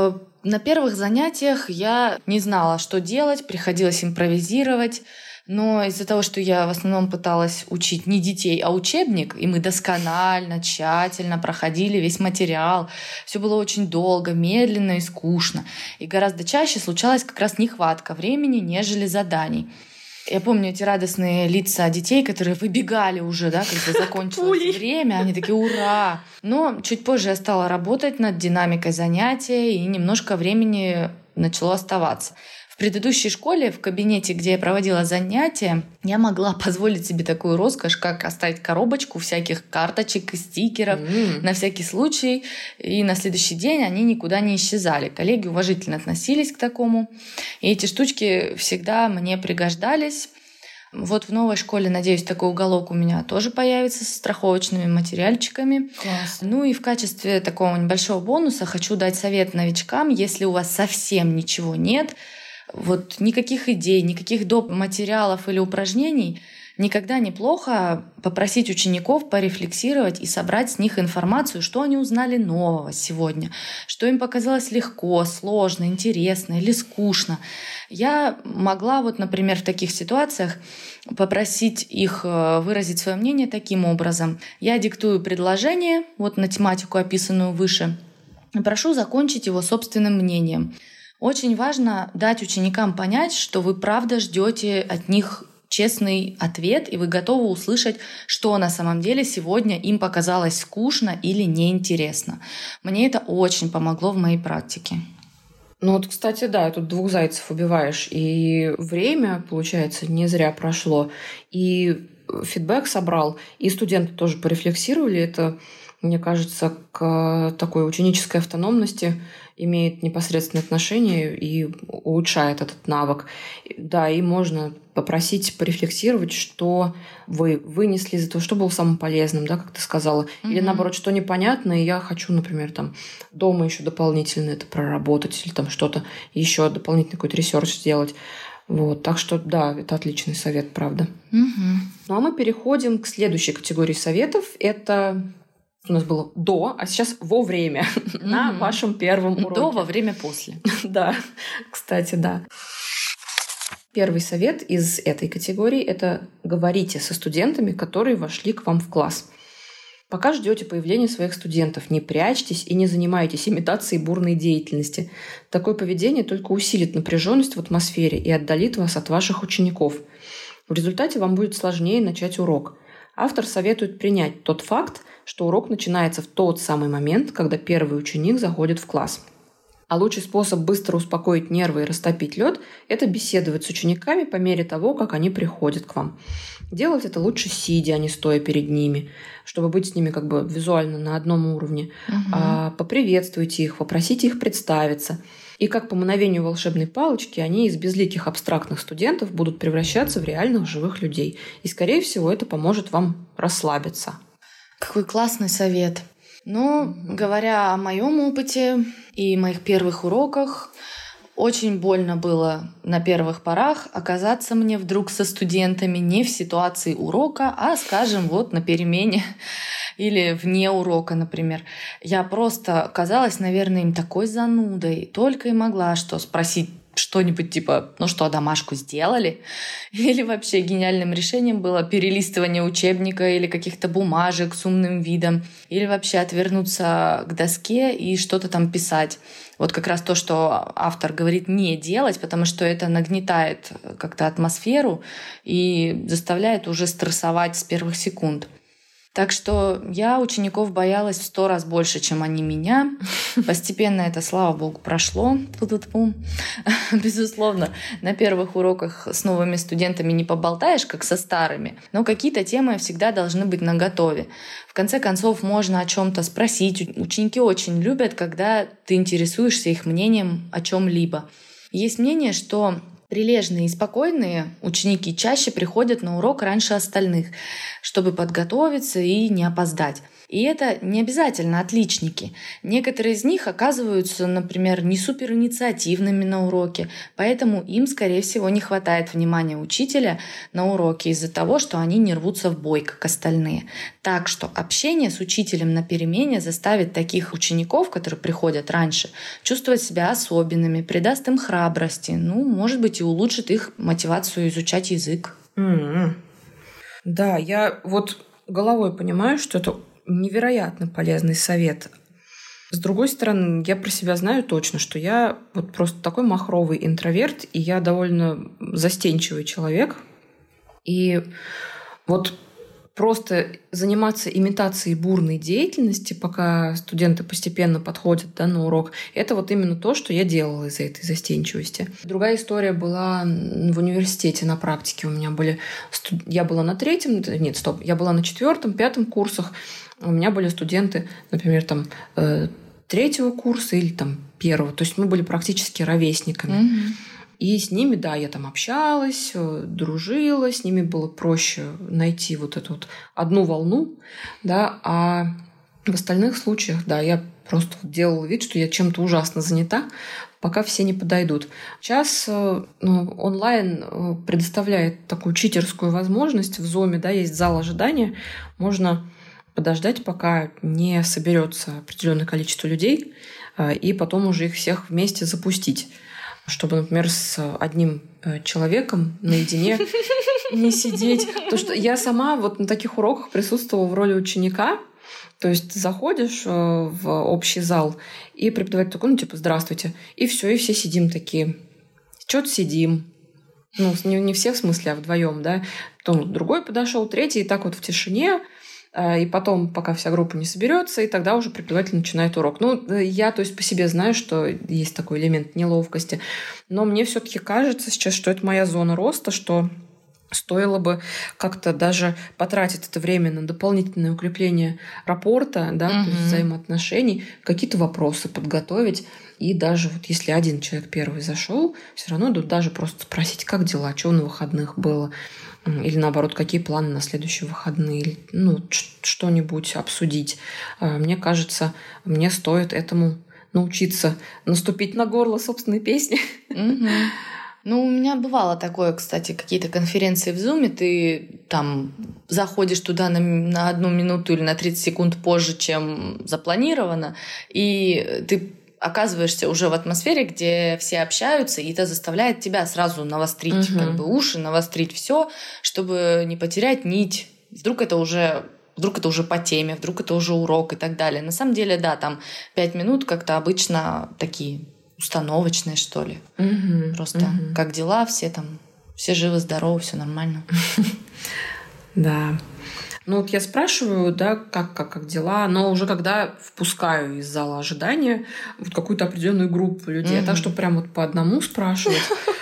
На первых занятиях я не знала, что делать, приходилось импровизировать. Но из-за того, что я в основном пыталась учить не детей, а учебник, и мы досконально, тщательно проходили весь материал, все было очень долго, медленно и скучно. И гораздо чаще случалась как раз нехватка времени, нежели заданий. Я помню эти радостные лица детей, которые выбегали уже, да, когда закончилось время, они такие «Ура!». Но чуть позже я стала работать над динамикой занятия, и немножко времени начало оставаться. В предыдущей школе, в кабинете, где я проводила занятия, я могла позволить себе такую роскошь, как оставить коробочку всяких карточек и стикеров на всякий случай. И на следующий день они никуда не исчезали. Коллеги уважительно относились к такому. И эти штучки всегда мне пригождались. Вот в новой школе, надеюсь, такой уголок у меня тоже появится со страховочными материальчиками. Класс. Ну и в качестве такого небольшого бонуса хочу дать совет новичкам, если у вас совсем ничего нет, вот никаких идей, никаких доп. Материалов или упражнений, никогда неплохо попросить учеников порефлексировать и собрать с них информацию, что они узнали нового сегодня, что им показалось легко, сложно, интересно или скучно. Я могла, вот, например, в таких ситуациях попросить их выразить свое мнение таким образом. Я диктую предложение вот на тематику, описанную выше, и прошу закончить его собственным мнением. Очень важно дать ученикам понять, что вы правда ждете от них честный ответ, и вы готовы услышать, что на самом деле сегодня им показалось скучно или неинтересно. Мне это очень помогло в моей практике. Ну вот, кстати, да, тут двух зайцев убиваешь. И время, получается, не зря прошло, и фидбэк собрал, и студенты тоже порефлексировали. Это, мне кажется, к такой ученической автономности имеет непосредственное отношение и улучшает этот навык. Да, и можно попросить порефлексировать, что вы вынесли из этого, что было самым полезным, да, как ты сказала. Или наоборот, что непонятно, и я хочу, например, там дома еще дополнительно это проработать, или там что-то еще, дополнительный какой-то ресерч сделать. Вот, так что да, это отличный совет, правда. Ну а мы переходим к следующей категории советов. Это у нас было до, а сейчас во время на вашем первом уроке. До, во время, после. Да, кстати, да. Первый совет из этой категории – это говорите со студентами, которые вошли к вам в класс. Пока ждете появления своих студентов, не прячьтесь и не занимайтесь имитацией бурной деятельности. Такое поведение только усилит напряженность в атмосфере и отдалит вас от ваших учеников. В результате вам будет сложнее начать урок. Автор советует принять тот факт, что урок начинается в тот самый момент, когда первый ученик заходит в класс. А лучший способ быстро успокоить нервы и растопить лед – это беседовать с учениками по мере того, как они приходят к вам. Делать это лучше сидя, а не стоя перед ними, чтобы быть с ними как бы визуально на одном уровне. Поприветствуйте их, попросите их представиться. И как по мановению волшебной палочки они из безликих абстрактных студентов будут превращаться в реальных живых людей. И, скорее всего, это поможет вам расслабиться. Какой классный совет. Ну, говоря о моем опыте и моих первых уроках, очень больно было на первых порах оказаться мне вдруг со студентами не в ситуации урока, а, скажем, вот на перемене или вне урока, например. Я просто казалась, наверное, им такой занудой, только и могла что спросить что-нибудь типа «Ну что, домашку сделали?» Или вообще гениальным решением было перелистывание учебника или каких-то бумажек с умным видом, или вообще отвернуться к доске и что-то там писать. Вот как раз то, что автор говорит не делать, потому что это нагнетает как-то атмосферу и заставляет уже стрессовать с первых секунд. Так что я учеников боялась в 100 раз больше, чем они меня. Постепенно это, слава богу, прошло. Безусловно, на первых уроках с новыми студентами не поболтаешь, как со старыми, но какие-то темы всегда должны быть наготове. В конце концов, можно о чем-то спросить. Ученики очень любят, когда ты интересуешься их мнением о чем-либо. Есть мнение, что Прилежные и спокойные ученики чаще приходят на урок раньше остальных, чтобы подготовиться и не опоздать. И это не обязательно отличники. Некоторые из них оказываются, например, не суперинициативными на уроке, поэтому им, скорее всего, не хватает внимания учителя на уроке из-за того, что они не рвутся в бой, как остальные. Так что общение с учителем на перемене заставит таких учеников, которые приходят раньше, чувствовать себя особенными, придаст им храбрости, может быть, и улучшит их мотивацию изучать язык. Да, я вот головой понимаю, что это невероятно полезный совет. С другой стороны, я про себя знаю точно, что я вот просто такой махровый интроверт, и я довольно застенчивый человек. И вот просто заниматься имитацией бурной деятельности, пока студенты постепенно подходят на урок, это вот именно то, что я делала из-за этой застенчивости. Другая история была в университете на практике. У меня были... Я была на 3-м... Я была на 4-м, 5-м курсах. У меня были студенты, например, 3-го курса или 1-го. То есть мы были практически ровесниками. Mm-hmm. И с ними, да, я общалась, дружила, с ними было проще найти вот эту вот одну волну, да, а в остальных случаях, да, я просто делала вид, что я чем-то ужасно занята, пока все не подойдут. Сейчас онлайн предоставляет такую читерскую возможность. В Zoom, да, есть зал ожидания, можно подождать, пока не соберется определенное количество людей, и потом уже их всех вместе запустить. Чтобы, например, с одним человеком наедине не сидеть. Потому что я сама вот на таких уроках присутствовала в роли ученика. То есть заходишь в общий зал, и преподаватель такой, здравствуйте. И все, и все сидим такие. Что-то сидим. Не все в смысле, а вдвоем, да. Потом другой подошел, третий, и так вот в тишине. И потом, пока вся группа не соберется, и тогда уже преподаватель начинает урок. Я, то есть, по себе знаю, что есть такой элемент неловкости. Но мне все-таки кажется сейчас, что это моя зона роста, что стоило бы как-то даже потратить это время на дополнительное укрепление рапорта, да, то есть взаимоотношений, какие-то вопросы подготовить. И даже вот если один человек первый зашел, все равно даже просто спросить, как дела, что на выходных было. Или наоборот, какие планы на следующие выходные, или что-нибудь обсудить. Мне кажется, мне стоит этому научиться, наступить на горло собственной песни. У меня бывало такое, кстати, какие-то конференции в Zoom, ты заходишь туда на 1 минуту или на 30 секунд позже, чем запланировано, и ты оказываешься уже в атмосфере, где все общаются, и это заставляет тебя сразу навострить уши, навострить все, чтобы не потерять нить. Вдруг это уже по теме, вдруг это уже урок и так далее. На самом деле, да, 5 минут как-то обычно такие установочные, что ли. Просто как дела, все живы-здоровы, все нормально. Да. Я спрашиваю, да, как дела, но уже когда впускаю из зала ожидания вот какую-то определенную группу людей, а так, что прям вот по одному спрашивать,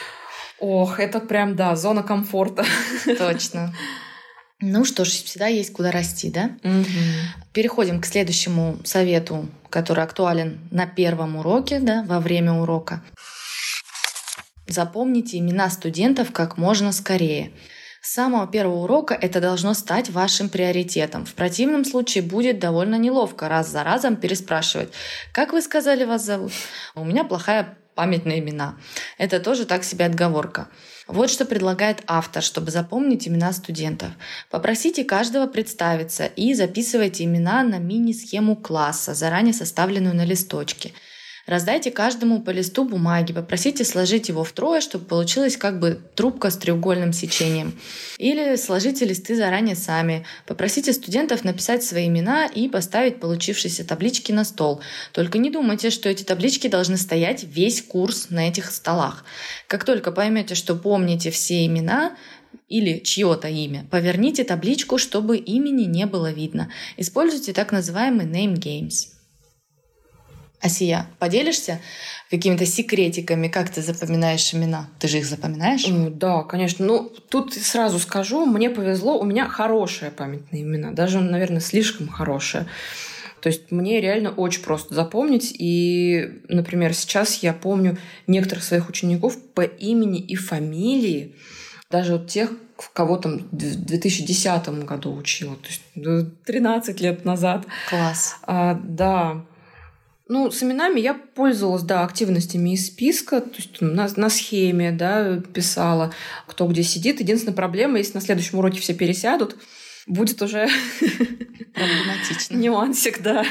это прям, да, зона комфорта. Точно. Что ж, всегда есть куда расти, да? Переходим к следующему совету, который актуален на первом уроке, да, во время урока. Запомните имена студентов как можно скорее. С самого первого урока это должно стать вашим приоритетом. В противном случае будет довольно неловко раз за разом переспрашивать. Как вы сказали, вас зовут? У меня плохая память на имена. Это тоже так себе отговорка. Вот что предлагает автор, чтобы запомнить имена студентов. Попросите каждого представиться и записывайте имена на мини-схему класса, заранее составленную на листочке. Раздайте каждому по листу бумаги, попросите сложить его втрое, чтобы получилась как бы трубка с треугольным сечением. Или сложите листы заранее сами. Попросите студентов написать свои имена и поставить получившиеся таблички на стол. Только не думайте, что эти таблички должны стоять весь курс на этих столах. Как только поймете, что помните все имена, или чье-то имя, поверните табличку, чтобы имени не было видно. Используйте так называемый name games. Асия, поделишься какими-то секретиками, как ты запоминаешь имена? Ты же их запоминаешь? Да, конечно. Тут сразу скажу, мне повезло, у меня хорошая память на имена, даже, наверное, слишком хорошая. То есть мне реально очень просто запомнить. И, например, сейчас я помню некоторых своих учеников по имени и фамилии, даже вот тех, кого там в 2010 году учила, то есть 13 лет назад. Класс. Да. Ну, с именами я пользовалась, да, активностями из списка, то есть на схеме, да, писала, кто где сидит. Единственная проблема, если на следующем уроке все пересядут, будет уже проблематично. Нюансик, да.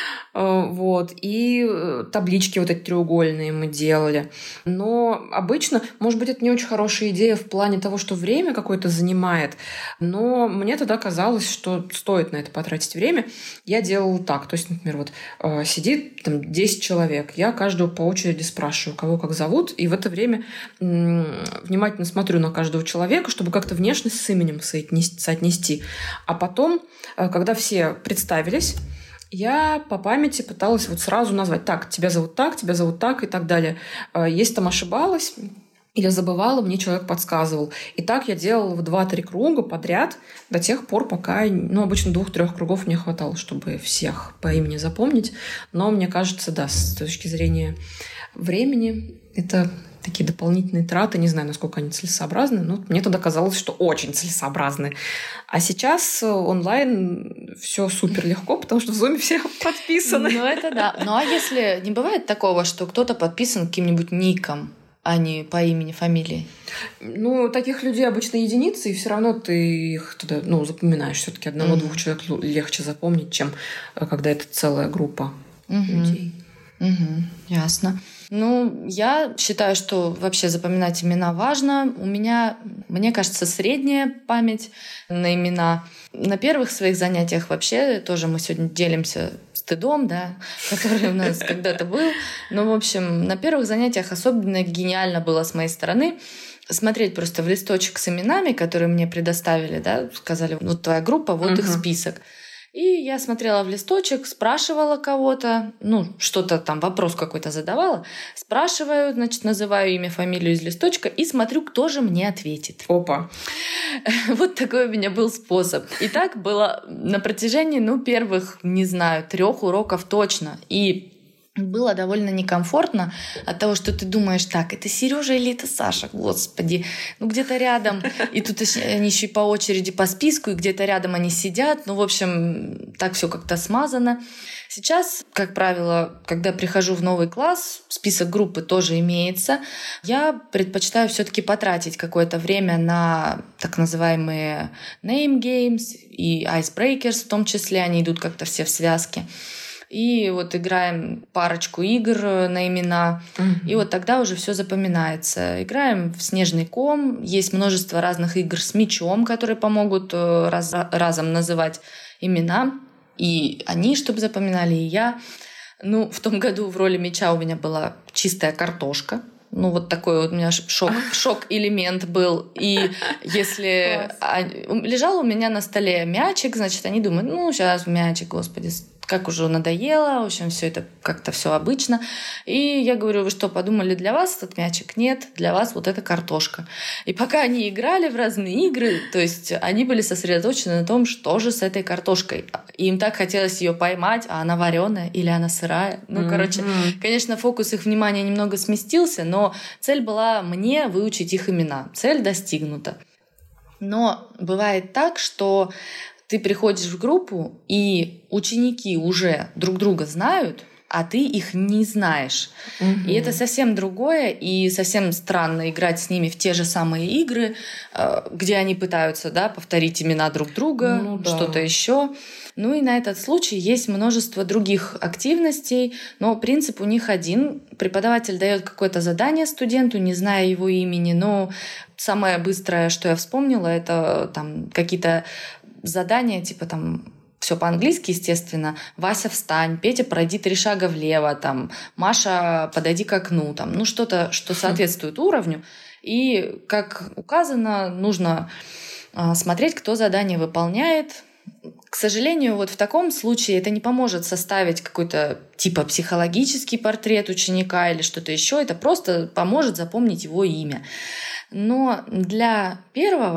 Вот. И таблички вот эти треугольные мы делали. Но обычно, может быть, это не очень хорошая идея в плане того, что время какое-то занимает, но мне тогда казалось, что стоит на это потратить время. Я делала так. То есть, например, вот сидит там 10 человек, я каждого по очереди спрашиваю, кого как зовут, и в это время внимательно смотрю на каждого человека, чтобы как-то внешность с именем соотнести. А потом, когда все представились, я по памяти пыталась вот сразу назвать: так, тебя зовут так и так далее. Если там ошибалась или забывала, мне человек подсказывал. И так я делала в 2-3 круга подряд до тех пор, пока, обычно 2-3 кругов мне хватало, чтобы всех по имени запомнить. Но мне кажется, да, с точки зрения времени, это такие дополнительные траты. Не знаю, насколько они целесообразны, но мне тогда казалось, что очень целесообразны. А сейчас онлайн все супер легко, потому что в Zoom все подписаны. Ну, это да. Ну, а если не бывает такого, что кто-то подписан каким-нибудь ником, а не по имени, фамилии? Ну, таких людей обычно единицы, и все равно ты их туда, запоминаешь. Все-таки одного-двух человек легче запомнить, чем когда это целая группа людей. Ясно. Ну, я считаю, что вообще запоминать имена важно. У меня, мне кажется, средняя память на имена. На первых своих занятиях вообще тоже мы сегодня делимся стыдом, да, который у нас когда-то был. Но, в общем, на первых занятиях особенно гениально было с моей стороны смотреть просто в листочек с именами, которые мне предоставили, да, сказали: вот твоя группа, вот их список. И я смотрела в листочек, спрашивала кого-то, что-то там, вопрос какой-то задавала, спрашиваю, значит, называю имя, фамилию из листочка и смотрю, кто же мне ответит. Опа! Вот такой у меня был способ. И так было на протяжении, первых, 3 уроков точно. И было довольно некомфортно от того, что ты думаешь: так, это Сережа или это Саша? Господи, где-то рядом. И тут они еще и по очереди по списку, и где-то рядом они сидят. В общем, так все как-то смазано. Сейчас, как правило, когда прихожу в новый класс, список группы тоже имеется. Я предпочитаю все-таки потратить какое-то время на так называемые name games и icebreakers, в том числе. Они идут как-то все в связке. И вот играем парочку игр на имена, и вот тогда уже все запоминается. Играем в снежный ком, есть множество разных игр с мячом, которые помогут разом называть имена, и они, чтобы запоминали, и я. В том году в роли мяча у меня была чистая картошка. Вот такой вот у меня шок-элемент был. И если лежал у меня на столе мячик, значит, они думают: сейчас мячик, господи, как уже надоело, в общем, все это как-то все обычно. И я говорю: вы что, подумали, для вас этот мячик? Нет, для вас вот эта картошка. И пока они играли в разные игры, то есть они были сосредоточены на том, что же с этой картошкой. И им так хотелось ее поймать, а она вареная или она сырая. Конечно, фокус их внимания немного сместился, но цель была мне выучить их имена. Цель достигнута. Но бывает так, что ты приходишь в группу, и ученики уже друг друга знают, а ты их не знаешь. И это совсем другое, и совсем странно играть с ними в те же самые игры, где они пытаются, повторить имена друг друга, что-то еще. И на этот случай есть множество других активностей, но принцип у них один. Преподаватель дает какое-то задание студенту, не зная его имени, но самое быстрое, что я вспомнила, это там какие-то задания, типа там все по-английски, естественно. Вася, встань, Петя, пройди 3 шага влево, там, Маша, подойди к окну, там, что-то, что соответствует уровню. И, как указано, нужно смотреть, кто задание выполняет. К сожалению, вот в таком случае это не поможет составить какой-то типа психологический портрет ученика или что-то еще. Это просто поможет запомнить его имя. Но для первого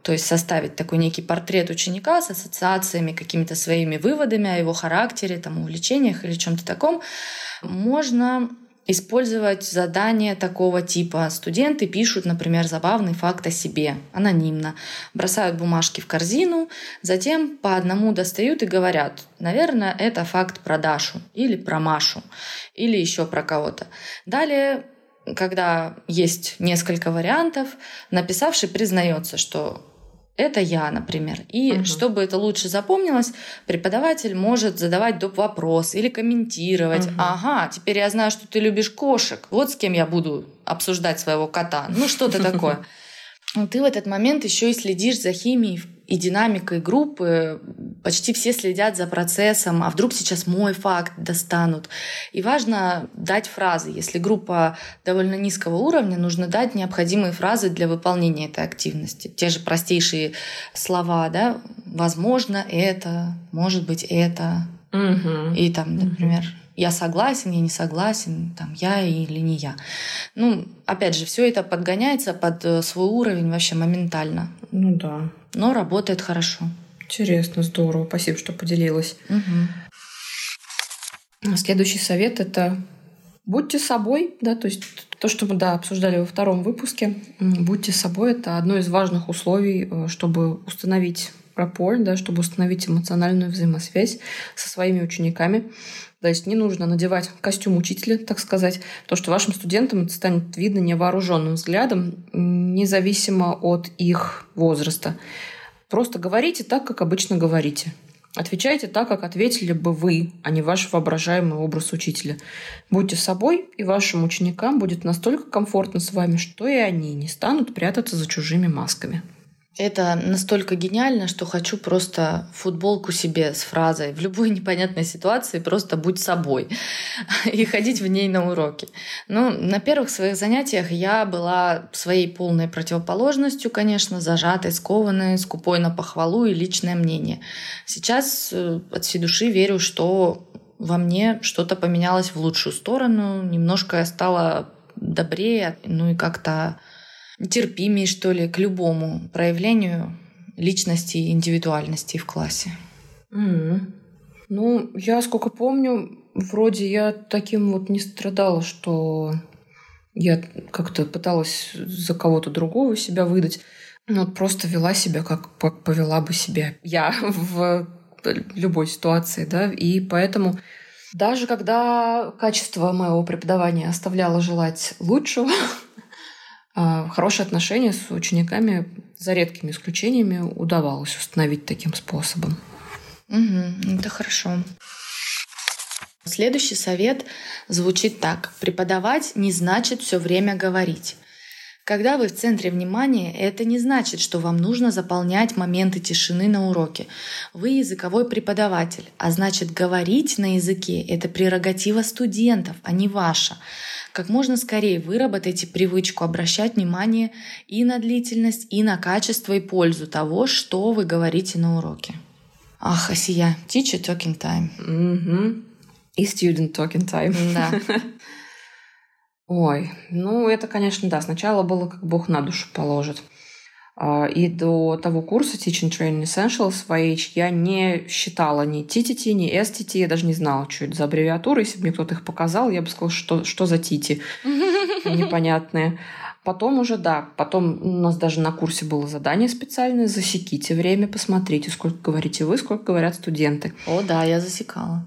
то есть составить такой некий портрет ученика с ассоциациями, какими-то своими выводами о его характере, там, увлечениях или чем-то таком, можно использовать задания такого типа. Студенты пишут, например, забавный факт о себе, анонимно, бросают бумажки в корзину, затем по одному достают и говорят: наверное, это факт про Дашу или про Машу или еще про кого-то. Далее, когда есть несколько вариантов, написавший признается, что это я, например. И чтобы это лучше запомнилось, преподаватель может задавать доп. Вопрос или комментировать. Ага, теперь я знаю, что ты любишь кошек. Вот с кем я буду обсуждать своего кота. Ну, что-то такое. Ты в этот момент еще и следишь за химией и динамикой группы. Почти все следят за процессом. А вдруг сейчас мой факт достанут? И важно дать фразы. Если группа довольно низкого уровня, нужно дать необходимые фразы для выполнения этой активности. Те же простейшие слова, да? Возможно, это, может быть, это. И там, например, я согласен, я не согласен, там, я или не я. Ну, опять же, все это подгоняется под свой уровень вообще моментально. Ну да. Но работает хорошо. Интересно, здорово. Спасибо, что поделилась. Следующий совет — это будьте собой, да, то есть то, что мы, обсуждали во втором выпуске. Будьте собой — это одно из важных условий, чтобы установить раппорт, да, чтобы установить эмоциональную взаимосвязь со своими учениками. То есть не нужно надевать костюм учителя, так сказать, то, что вашим студентам это станет видно невооруженным взглядом, независимо от их возраста. Просто говорите так, как обычно говорите. Отвечайте так, как ответили бы вы, а не ваш воображаемый образ учителя. Будьте собой, и вашим ученикам будет настолько комфортно с вами, что и они не станут прятаться за чужими масками. Это настолько гениально, что хочу просто футболку себе с фразой «в любой непонятной ситуации просто будь собой» и ходить в ней на уроки. Ну, на первых своих занятиях я была своей полной противоположностью, конечно, зажатой, скованной, скупой на похвалу и личное мнение. Сейчас от всей души верю, что во мне что-то поменялось в лучшую сторону, немножко я стала добрее, ну и как-то терпимее, что ли, к любому проявлению личности и индивидуальности в классе. Ну, я сколько помню, вроде я таким вот не страдала, что я как-то пыталась за кого-то другого себя выдать. Ну, просто вела себя, как повела бы себя я в любой ситуации, да, и поэтому даже когда качество моего преподавания оставляло желать лучшего, хорошие отношения с учениками, за редкими исключениями, удавалось установить таким способом. Это хорошо. Следующий совет звучит так. Преподавать не значит все время говорить. Когда вы в центре внимания, это не значит, что вам нужно заполнять моменты тишины на уроке. Вы языковой преподаватель, а значит, говорить на языке — это прерогатива студентов, а не ваша. Как можно скорее выработайте привычку обращать внимание и на длительность, и на качество и пользу того, что вы говорите на уроке. Ах, Асия, teacher talking time. И student talking time. Да. Ой, ну это, конечно, да. Сначала было как Бог на душу положит. И до того курса Teaching Training Essentials в IH я не считала ни TTT, ни STT. Я даже не знала, что это за аббревиатуры. Если бы мне кто-то их показал, я бы сказала, что за TT непонятные. Потом уже, да, потом у нас даже на курсе было задание специальное. Засеките время, посмотрите, сколько говорите вы, сколько говорят студенты. О, да, я засекала.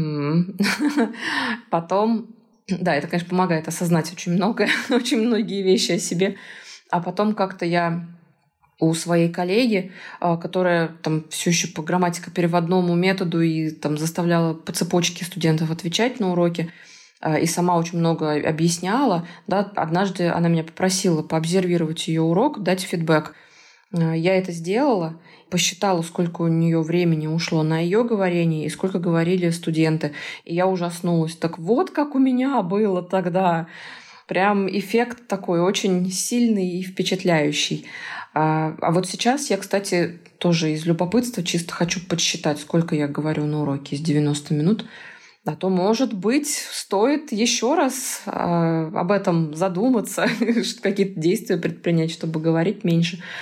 Потом, да, это, конечно, помогает осознать очень многое, очень многие вещи о себе. А потом как-то я у своей коллеги, которая там все еще по грамматико-переводному методу и там заставляла по цепочке студентов отвечать на уроки, и сама очень много объясняла, да, однажды она меня попросила пообсервировать ее урок, дать фидбэк. Я это сделала, посчитала, сколько у нее времени ушло на ее говорение и сколько говорили студенты. И я ужаснулась. Так вот, как у меня было тогда. Прям эффект такой очень сильный и впечатляющий. А вот сейчас я, кстати, тоже из любопытства чисто хочу подсчитать, сколько я говорю на уроке из 90 минут. А то, может быть, стоит еще раз об этом задуматься, какие-то действия предпринять, чтобы говорить меньше.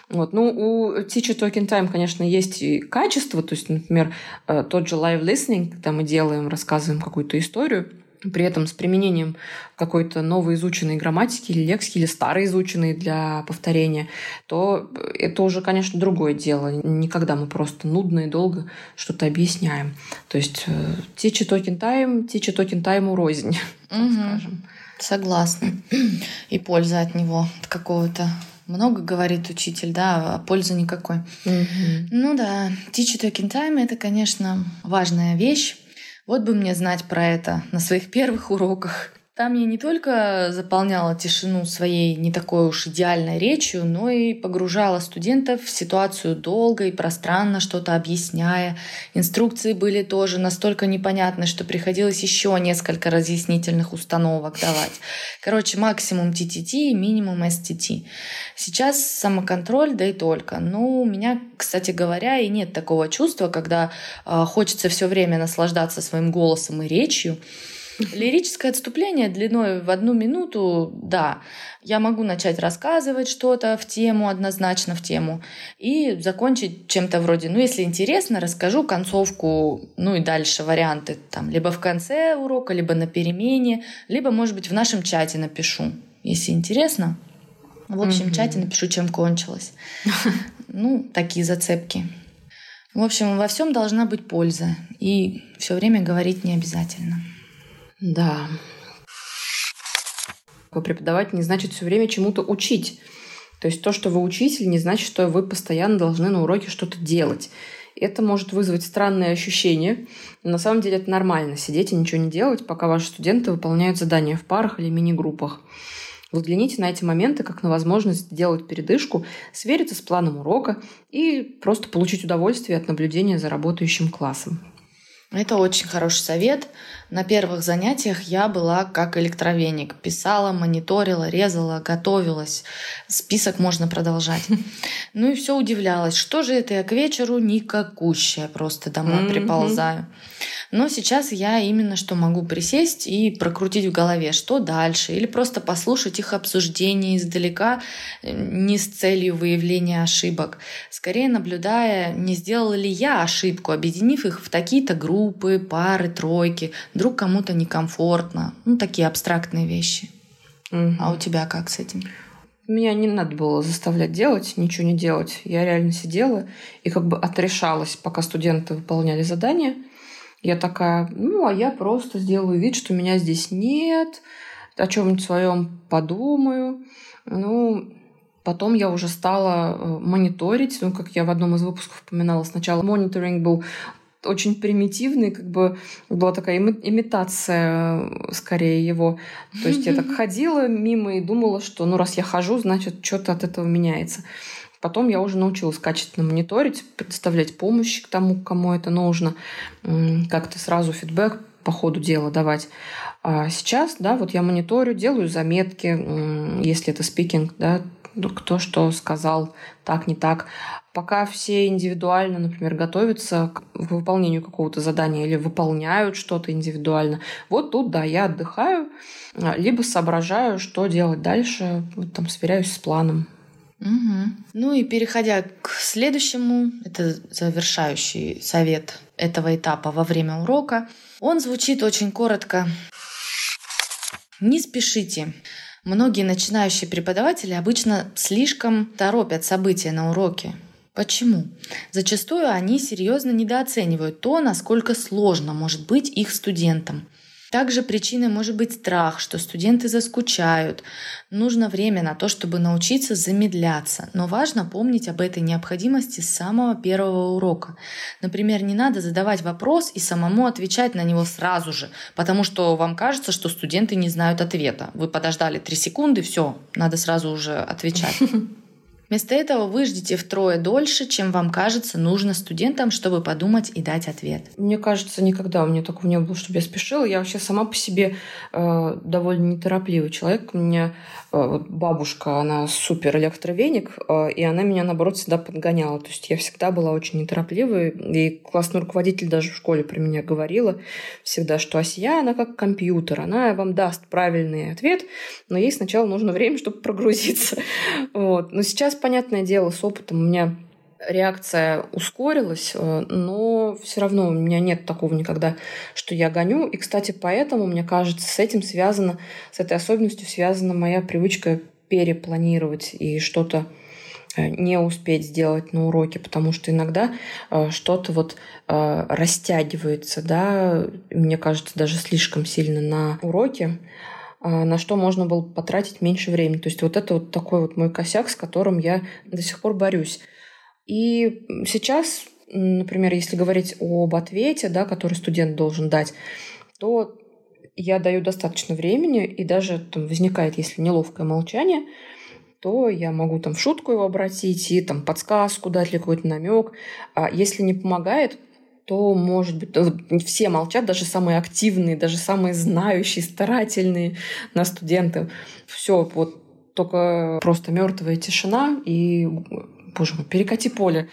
Вот. Ну, у Teacher Talking Time, конечно, есть и качество. То есть, например, тот же live listening, когда мы делаем, рассказываем какую-то историю, при этом с применением какой-то новоизученной грамматики или лексики, или староизученной для повторения, то это уже, конечно, другое дело. Никогда мы просто нудно и долго что-то объясняем. То есть Teacher Talking Time рознь, так скажем. Согласна. И польза от него, от какого-то. Много говорит учитель, да, а пользы никакой. Ну да, Teacher Talking Time — это, конечно, важная вещь. Вот бы мне знать про это на своих первых уроках. Там я не только заполняла тишину своей не такой уж идеальной речью, но и погружала студентов в ситуацию долго и пространно, что-то объясняя. Инструкции были тоже настолько непонятны, что приходилось еще несколько разъяснительных установок давать. Короче, максимум TTT и минимум STT. Сейчас самоконтроль, да и только. Ну, у меня, кстати говоря, и нет такого чувства, когда хочется все время наслаждаться своим голосом и речью. Лирическое отступление длиной в 1 минуту, да, я могу начать рассказывать что-то в тему, однозначно в тему, и закончить чем-то вроде, ну, если интересно, расскажу концовку, ну и дальше варианты, там, либо в конце урока, либо на перемене, либо, может быть, в нашем чате напишу, если интересно. В общем чате напишу, чем кончилось. Ну, такие зацепки. В общем, во всем должна быть польза, и все время говорить не обязательно. Да. Преподавать не значит все время чему-то учить. То есть то, что вы учитель, не значит, что вы постоянно должны на уроке что-то делать. Это может вызвать странные ощущения. Но на самом деле это нормально — сидеть и ничего не делать, пока ваши студенты выполняют задания в парах или мини-группах. Взгляните на эти моменты как на возможность сделать передышку, свериться с планом урока и просто получить удовольствие от наблюдения за работающим классом. Это очень хороший совет. На первых занятиях я была как электровеник. Писала, мониторила, резала, готовилась. Список можно продолжать. Ну и все удивлялась. Что же это я к вечеру никакущая, просто домой приползаю. Но сейчас я именно что могу присесть и прокрутить в голове, что дальше. Или просто послушать их обсуждение издалека, не с целью выявления ошибок. Скорее наблюдая, не сделала ли я ошибку, объединив их в такие-то группы, пары, тройки. Вдруг кому-то некомфортно. Ну, такие абстрактные вещи. А у тебя как с этим? Меня не надо было заставлять делать, ничего не делать. Я реально сидела и как бы отрешалась, пока студенты выполняли задания. Я такая, ну, а я просто сделаю вид, что меня здесь нет, о чем-нибудь своем подумаю. Ну, потом я уже стала мониторить. Ну, как я в одном из выпусков упоминала, сначала мониторинг был очень примитивный, как бы была такая имитация скорее его. То есть я так ходила мимо и думала, что ну раз я хожу, значит что-то от этого меняется. Потом я уже научилась качественно мониторить, предоставлять помощь к тому, кому это нужно, как-то сразу фидбэк по ходу дела давать. А сейчас, да, вот я мониторю, делаю заметки, если это спикинг, да, кто что сказал, так, не так. Пока все индивидуально, например, готовятся к выполнению какого-то задания или выполняют что-то индивидуально, вот тут, да, я отдыхаю, либо соображаю, что делать дальше, вот там сверяюсь с планом. Ну и переходя к следующему, это завершающий совет этого этапа во время урока. Он звучит очень коротко. Не спешите. Многие начинающие преподаватели обычно слишком торопят события на уроке. Почему? Зачастую они серьезно недооценивают то, насколько сложно может быть их студентам. Также причиной может быть страх, что студенты заскучают. Нужно время на то, чтобы научиться замедляться. Но важно помнить об этой необходимости с самого первого урока. Например, не надо задавать вопрос и самому отвечать на него сразу же, потому что вам кажется, что студенты не знают ответа. Вы подождали 3 секунды, все, надо сразу уже отвечать. Вместо этого вы ждите втрое дольше, чем вам кажется нужно студентам, чтобы подумать и дать ответ. Мне кажется, никогда у меня такого не было, чтобы я спешила. Я вообще сама по себе довольно неторопливый человек. У меня бабушка, она супер электровеник, и она меня, наоборот, всегда подгоняла. То есть я всегда была очень неторопливой. И классный руководитель даже в школе про меня говорила всегда, что Асия, она как компьютер. Она вам даст правильный ответ, но ей сначала нужно время, чтобы прогрузиться. Вот. Но сейчас понятное дело, с опытом у меня реакция ускорилась, но все равно у меня нет такого никогда, что я гоню. И, кстати, поэтому, мне кажется, с этой особенностью связана моя привычка перепланировать и что-то не успеть сделать на уроке, потому что иногда что-то растягивается, да, мне кажется, даже слишком сильно на уроке, на что можно было потратить меньше времени. То есть это такой мой косяк, с которым я до сих пор борюсь. И сейчас, например, если говорить об ответе, да, который студент должен дать, то я даю достаточно времени, и даже возникает, если неловкое молчание, то я могу в шутку его обратить и подсказку дать или какой-то намек. А если не помогает, то, может быть, все молчат, даже самые активные, даже самые знающие, старательные на студенты. Все, только просто мертвая тишина и, боже мой, перекати поле,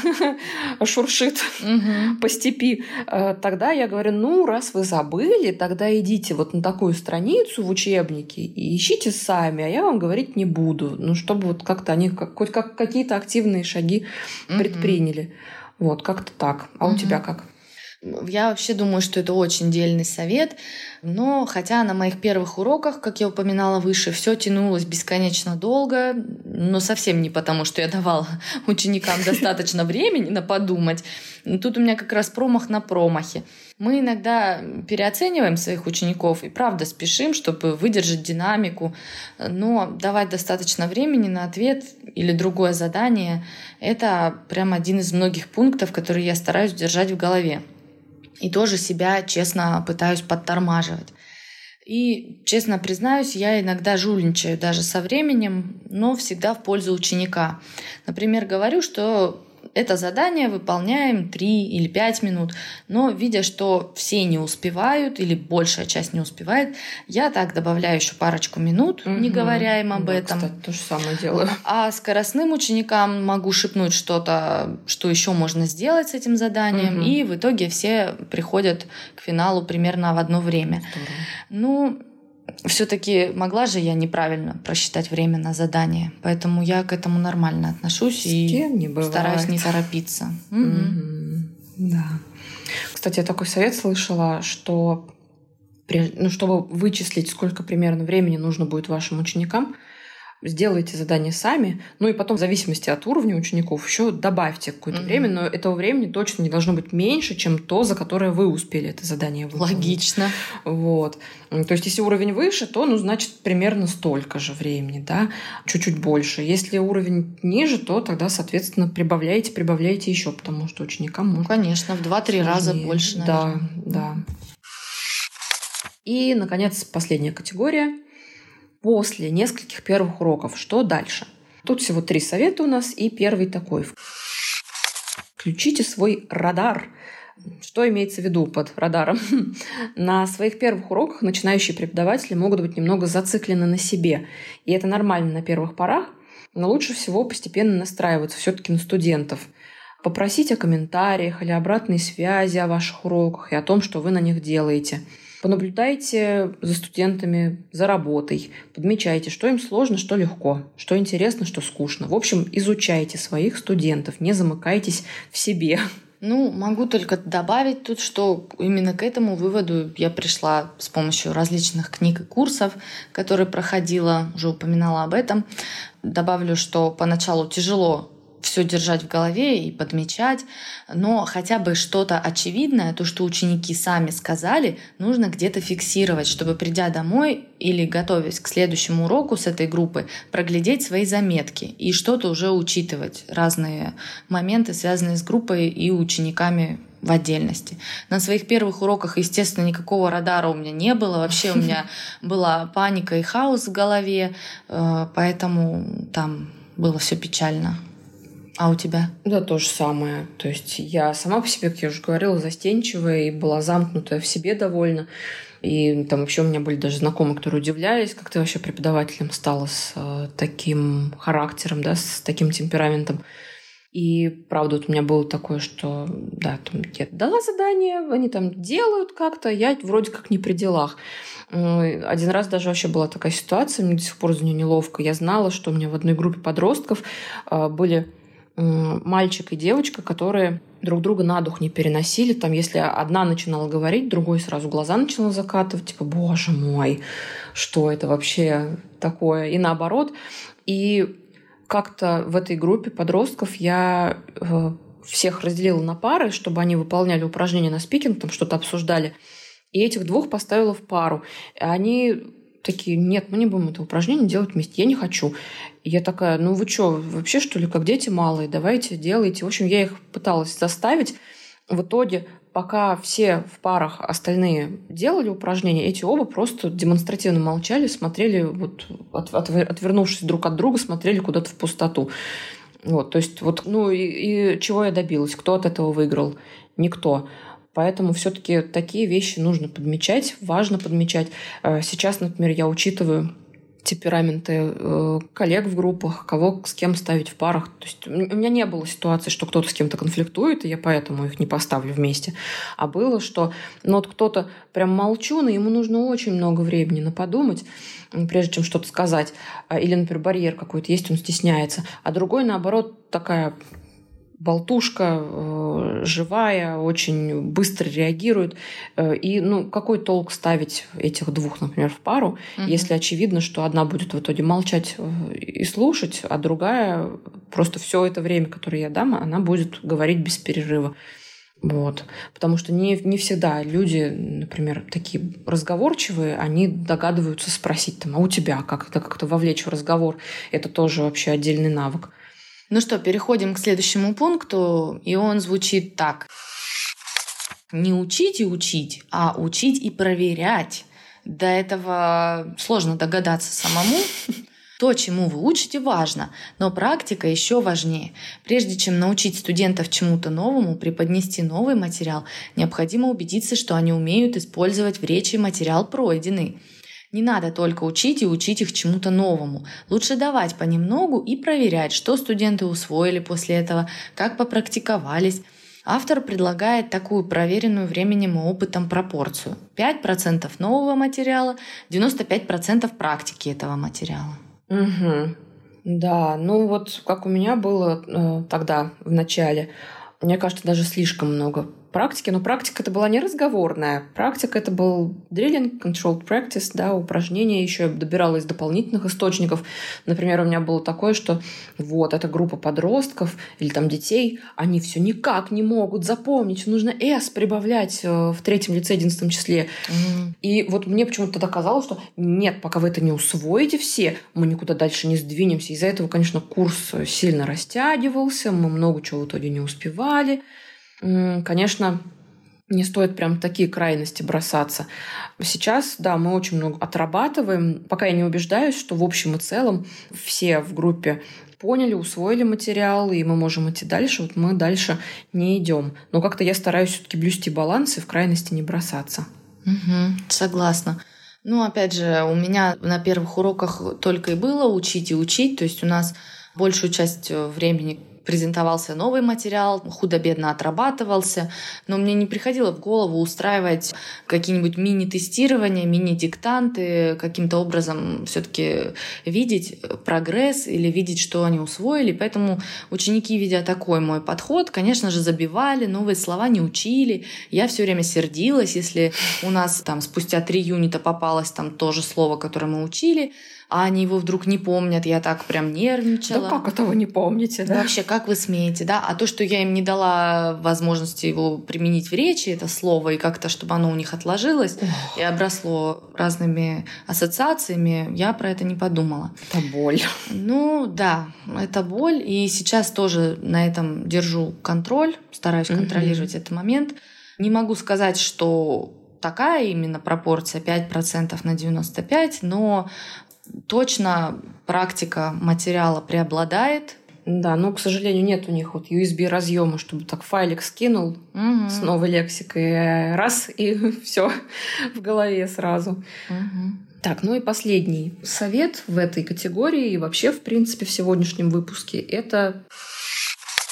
шуршит по степи. Тогда я говорю, раз вы забыли, тогда идите на такую страницу в учебнике и ищите сами, а я вам говорить не буду. Чтобы как-то они хоть какие-то активные шаги предприняли. Как-то так. А у тебя как? Я вообще думаю, что это очень дельный совет, но хотя на моих первых уроках, как я упоминала выше, все тянулось бесконечно долго, но совсем не потому, что я давала ученикам достаточно времени на подумать. Тут у меня как раз промах на промахе. Мы иногда переоцениваем своих учеников и правда спешим, чтобы выдержать динамику, но давать достаточно времени на ответ или другое задание — это прям один из многих пунктов, которые я стараюсь держать в голове. И тоже себя, честно, пытаюсь подтормаживать. И, честно признаюсь, я иногда жульничаю даже со временем, но всегда в пользу ученика. Например, говорю, что это задание выполняем 3 или 5 минут, но видя, что все не успевают или большая часть не успевает, я так добавляю еще парочку минут, не говоря им об этом. Кстати, то же самое делаю. А скоростным ученикам могу шепнуть что-то, что еще можно сделать с этим заданием, и в итоге все приходят к финалу примерно в одно время. Все-таки могла же я неправильно просчитать время на задание, поэтому я к этому нормально отношусь и стараюсь не торопиться. Да. Кстати, я такой совет слышала, что чтобы вычислить, сколько примерно времени нужно будет вашим ученикам, сделайте задание сами, и потом в зависимости от уровня учеников еще добавьте какое-то время, но этого времени точно не должно быть меньше, чем то, за которое вы успели это задание выполнить. Логично. То есть, если уровень выше, то, значит, примерно столько же времени, да, чуть-чуть больше. Если уровень ниже, то тогда, соответственно, прибавляйте еще, потому что ученикам может конечно, в 2-3 раза больше, наверное. Да. И, наконец, последняя категория. После нескольких первых уроков, что дальше? Тут всего 3 совета у нас, и первый такой. Включите свой радар. Что имеется в виду под радаром? На своих первых уроках начинающие преподаватели могут быть немного зациклены на себе. И это нормально на первых порах, но лучше всего постепенно настраиваться все-таки на студентов. Попросить о комментариях или обратной связи о ваших уроках и о том, что вы на них делаете. Понаблюдайте за студентами, за работой. Подмечайте, что им сложно, что легко, что интересно, что скучно. В общем, изучайте своих студентов, не замыкайтесь в себе. Могу только добавить тут, что именно к этому выводу я пришла с помощью различных книг и курсов, которые проходила, уже упоминала об этом. Добавлю, что поначалу тяжело все держать в голове и подмечать, но хотя бы что-то очевидное, то, что ученики сами сказали, нужно где-то фиксировать, чтобы, придя домой или готовясь к следующему уроку с этой группы, проглядеть свои заметки и что-то уже учитывать, разные моменты, связанные с группой и учениками в отдельности. На своих первых уроках, естественно, никакого радара у меня не было. Вообще у меня была паника и хаос в голове, поэтому там было все печально. А у тебя? Да, то же самое. То есть я сама по себе, как я уже говорила, застенчивая и была замкнутая в себе довольно. И там вообще у меня были даже знакомые, которые удивлялись, как ты вообще преподавателем стала с таким характером, да, с таким темпераментом. И, правда, вот у меня было такое, что, да, там, я дала задание, они там делают как-то, я вроде как не при делах. Один раз даже вообще была такая ситуация, мне до сих пор за нее неловко. Я знала, что у меня в одной группе подростков были мальчик и девочка, которые друг друга на дух не переносили. Там, если одна начинала говорить, другой сразу глаза начинал закатывать, типа, боже мой, что это вообще такое? И наоборот. И как-то в этой группе подростков я всех разделила на пары, чтобы они выполняли упражнения на спикинг, там что-то обсуждали. И этих двух поставила в пару. И они такие: нет, мы не будем это упражнение делать вместе, я не хочу. И я такая: ну вы что, вообще что ли, как дети малые, давайте делайте. В общем, я их пыталась заставить. В итоге, пока все в парах остальные делали упражнения, эти оба просто демонстративно молчали, смотрели, вот, отвернувшись друг от друга, смотрели куда-то в пустоту. Вот, то есть, вот, ну и чего я добилась? Кто от этого выиграл? Никто. Поэтому все-таки такие вещи нужно подмечать, важно подмечать. Сейчас, например, я учитываю темпераменты коллег в группах, кого с кем ставить в парах. То есть у меня не было ситуации, что кто-то с кем-то конфликтует, и я поэтому их не поставлю вместе. А было, что вот кто-то прям молчун, и ему нужно очень много времени на подумать, прежде чем что-то сказать. Или, например, барьер какой-то есть, он стесняется. А другой, наоборот, такая болтушка, живая, очень быстро реагирует. И какой толк ставить этих двух, например, в пару, если очевидно, что одна будет в итоге молчать и слушать, а другая просто все это время, которое я дам, она будет говорить без перерыва. Вот. Потому что не всегда люди, например, такие разговорчивые, они догадываются спросить там: а у тебя как-то вовлечь в разговор? Это тоже вообще отдельный навык. Ну что, переходим к следующему пункту, и он звучит так. Не учить и учить, а учить и проверять. До этого сложно догадаться самому. То, чему вы учите, важно, но практика еще важнее. Прежде чем научить студентов чему-то новому, преподнести новый материал, необходимо убедиться, что они умеют использовать в речи материал пройденный. Не надо только учить и учить их чему-то новому. Лучше давать понемногу и проверять, что студенты усвоили после этого, как попрактиковались. Автор предлагает такую проверенную временем и опытом пропорцию. 5% нового материала, 95% практики этого материала. Угу. Да, вот как у меня было тогда в начале, мне кажется, даже слишком много практики, но практика это была не разговорная. Практика это был drilling, controlled practice, да, упражнения. Еще я добирала из дополнительных источников. Например, у меня было такое, что вот эта группа подростков или там детей, они все никак не могут запомнить. Нужно S прибавлять в 3-м лице 11 числе. И вот мне почему-то тогда казалось, что нет, пока вы это не усвоите все, мы никуда дальше не сдвинемся. Из-за этого, конечно, курс сильно растягивался, мы много чего в итоге не успевали. Конечно, не стоит прям такие крайности бросаться. Сейчас, да, мы очень много отрабатываем. Пока я не убеждаюсь, что в общем и целом все в группе поняли, усвоили материал, и мы можем идти дальше. Вот мы дальше не идем. Но как-то я стараюсь все-таки блюсти баланс и в крайности не бросаться. Согласна. Опять же, у меня на первых уроках только и было учить и учить. То есть у нас большую часть времени презентовался новый материал, худо-бедно отрабатывался, но мне не приходило в голову устраивать какие-нибудь мини-тестирования, мини-диктанты, каким-то образом все-таки видеть прогресс или видеть, что они усвоили. Поэтому ученики, видя такой мой подход, конечно же, забивали, новые слова не учили. Я все время сердилась, если у нас там спустя 3 юнита попалось там то же слово, которое мы учили, а они его вдруг не помнят, я так прям нервничала. Да как это вы не помните, да? Вообще, как вы смеете, да? А то, что я им не дала возможности его применить в речи, это слово, и как-то, чтобы оно у них отложилось и обросло разными ассоциациями, я про это не подумала. Это боль. Да, это боль, и сейчас тоже на этом держу контроль, стараюсь контролировать этот момент. Не могу сказать, что такая именно пропорция 5% на 95%, но точно практика материала преобладает. Да, но, к сожалению, нет у них вот USB-разъема, чтобы так файлик скинул с новой лексикой, раз, и все в голове сразу. Так, и последний совет в этой категории и вообще, в принципе, в сегодняшнем выпуске – это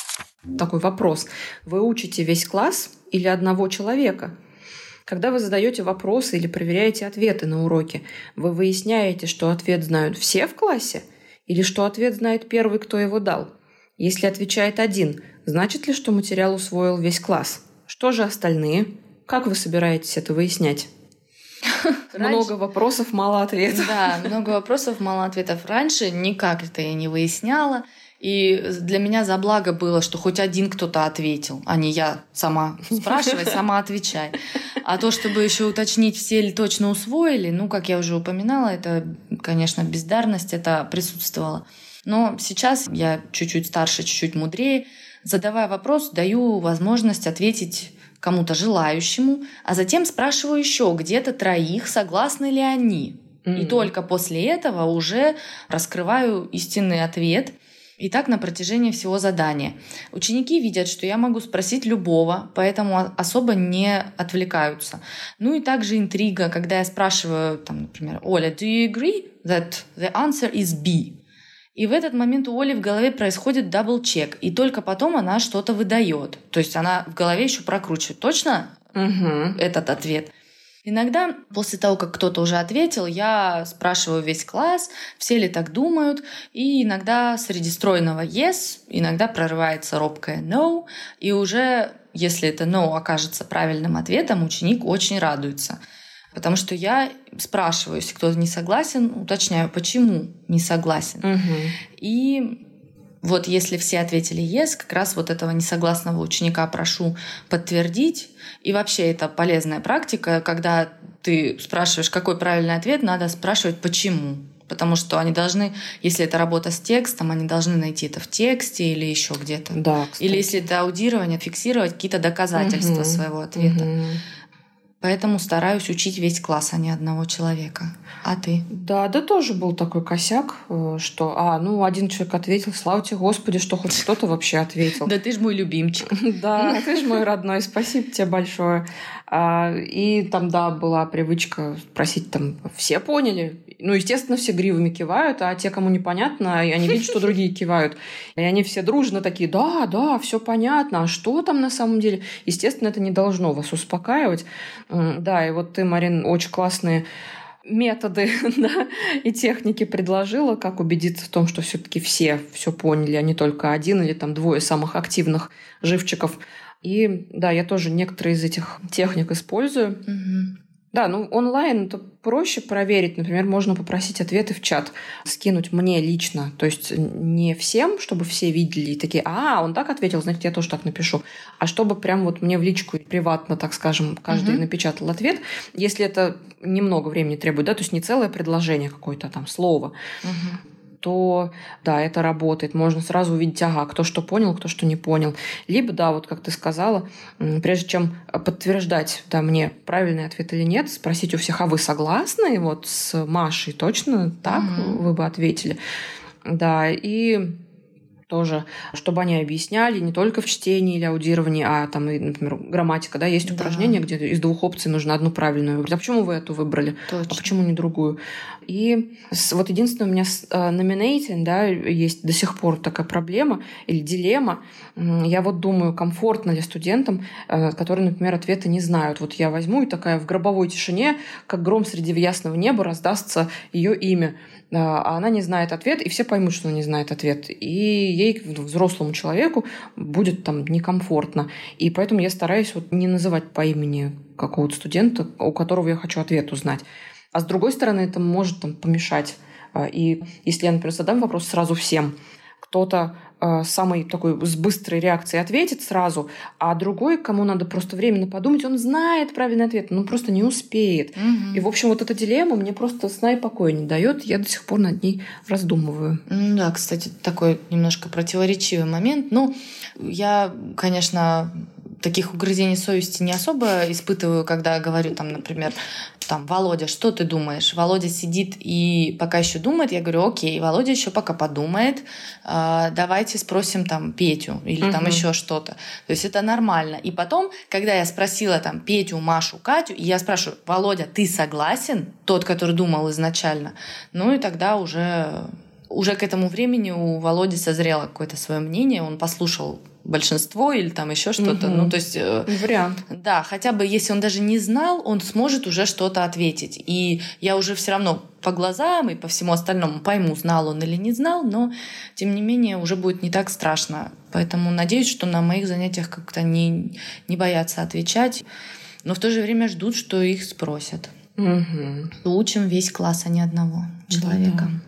Такой вопрос. Вы учите весь класс или одного человека? Когда вы задаете вопросы или проверяете ответы на уроке, вы выясняете, что ответ знают все в классе или что ответ знает первый, кто его дал? Если отвечает один, значит ли, что материал усвоил весь класс? Что же остальные? Как вы собираетесь это выяснять? Много вопросов, мало ответов. Да, много вопросов, мало ответов. Раньше никак это я не выясняла. И для меня за благо было, что хоть один кто-то ответил, а не я сама спрашивай, сама отвечай. А то, чтобы еще уточнить, все ли точно усвоили, ну, как я уже упоминала, это, конечно, бездарность, это присутствовало. Но сейчас я чуть-чуть старше, чуть-чуть мудрее. Задавая вопрос, даю возможность ответить кому-то желающему, а затем спрашиваю еще где-то троих, согласны ли они. И только после этого уже раскрываю истинный ответ. И так на протяжении всего задания. Ученики видят, что я могу спросить любого, поэтому особо не отвлекаются. Ну и также интрига, когда я спрашиваю, там, например, Оля, do you agree that the answer is B? И в этот момент у Оли в голове происходит дабл-чек, и только потом она что-то выдает. То есть она в голове еще прокручивает. Точно этот ответ? Иногда, после того, как кто-то уже ответил, я спрашиваю весь класс, все ли так думают, и иногда среди стройного «yes», иногда прорывается робкое «no», и уже, если это «no» окажется правильным ответом, ученик очень радуется. Потому что я спрашиваю, если кто-то не согласен, уточняю, почему не согласен. И вот если все ответили «yes», как раз вот этого несогласного ученика прошу подтвердить. И вообще это полезная практика, когда ты спрашиваешь, какой правильный ответ, надо спрашивать «почему?». Потому что они должны, если это работа с текстом, они должны найти это в тексте или еще где-то. Да, или если это аудирование, фиксировать какие-то доказательства своего ответа. Поэтому стараюсь учить весь класс, а не одного человека. А ты? Да, тоже был такой косяк, что, один человек ответил, слава тебе, Господи, что хоть кто-то вообще ответил. Да ты ж мой любимчик. Да, ты ж мой родной, спасибо тебе большое. И там, была привычка спросить, все поняли? Ну, естественно, все гривами кивают, а те, кому непонятно, и они видят, что другие кивают. И они все дружно такие, да, все понятно, а что там на самом деле? Естественно, это не должно вас успокаивать. Да, и вот ты, Марин, очень классные методы и техники предложила, как убедиться в том, что все-таки все поняли, а не только один или двое самых активных живчиков. И да, я тоже некоторые из этих техник использую. Да, онлайн это проще проверить. Например, можно попросить ответы в чат, скинуть мне лично. То есть не всем, чтобы все видели и такие, он так ответил, значит, я тоже так напишу. А чтобы прям вот мне в личку приватно, так скажем, каждый напечатал ответ. Если это немного времени требует, то есть не целое предложение, какое-то слово, то да, это работает. Можно сразу увидеть, кто что понял, кто что не понял. Либо, вот как ты сказала, прежде чем подтверждать, мне правильный ответ или нет, спросить у всех, а вы согласны вот с Машей? Точно так вы бы ответили? Да, и тоже, чтобы они объясняли не только в чтении или аудировании, а например, грамматика, есть упражнение, где из двух опций нужно одну правильную выбрать. А почему вы эту выбрали? Точно. А почему не другую? И вот единственное, у меня с nominating, есть до сих пор такая проблема или дилемма. Я думаю, комфортно ли студентам, которые, например, ответы не знают. Вот я возьму и такая в гробовой тишине, как гром среди ясного неба, раздастся ее имя. А она не знает ответ, и все поймут, что она не знает ответ. И ей, взрослому человеку, будет некомфортно. И поэтому я стараюсь не называть по имени какого-то студента, у которого я хочу ответ узнать. А с другой стороны, это может помешать. И если я, например, задам вопрос сразу всем, кто-то самый такой с быстрой реакцией ответит сразу, а другой, кому надо просто временно подумать, он знает правильный ответ, но просто не успеет. И, в общем, вот эта дилемма мне просто сна и покоя не дает. Я до сих пор над ней раздумываю. Да, кстати, такой немножко противоречивый момент. Я, конечно, таких угрызений совести не особо испытываю, когда говорю, например, Володя, что ты думаешь? Володя сидит и пока еще думает, я говорю, окей, Володя еще пока подумает, давайте спросим Петю или еще что-то. То есть это нормально. И потом, когда я спросила Петю, Машу, Катю, и я спрашиваю, Володя, ты согласен? Тот, который думал изначально. И тогда уже уже к этому времени у Володи созрело какое-то свое мнение, он послушал большинство или там еще что-то. Угу. Ну, то есть... Вариант. Да, хотя бы если он даже не знал, он сможет уже что-то ответить. И я уже все равно по глазам и по всему остальному пойму, знал он или не знал, но, тем не менее, уже будет не так страшно. Поэтому надеюсь, что на моих занятиях как-то не боятся отвечать, но в то же время ждут, что их спросят. Угу. Учим весь класс, а не одного человека. Да.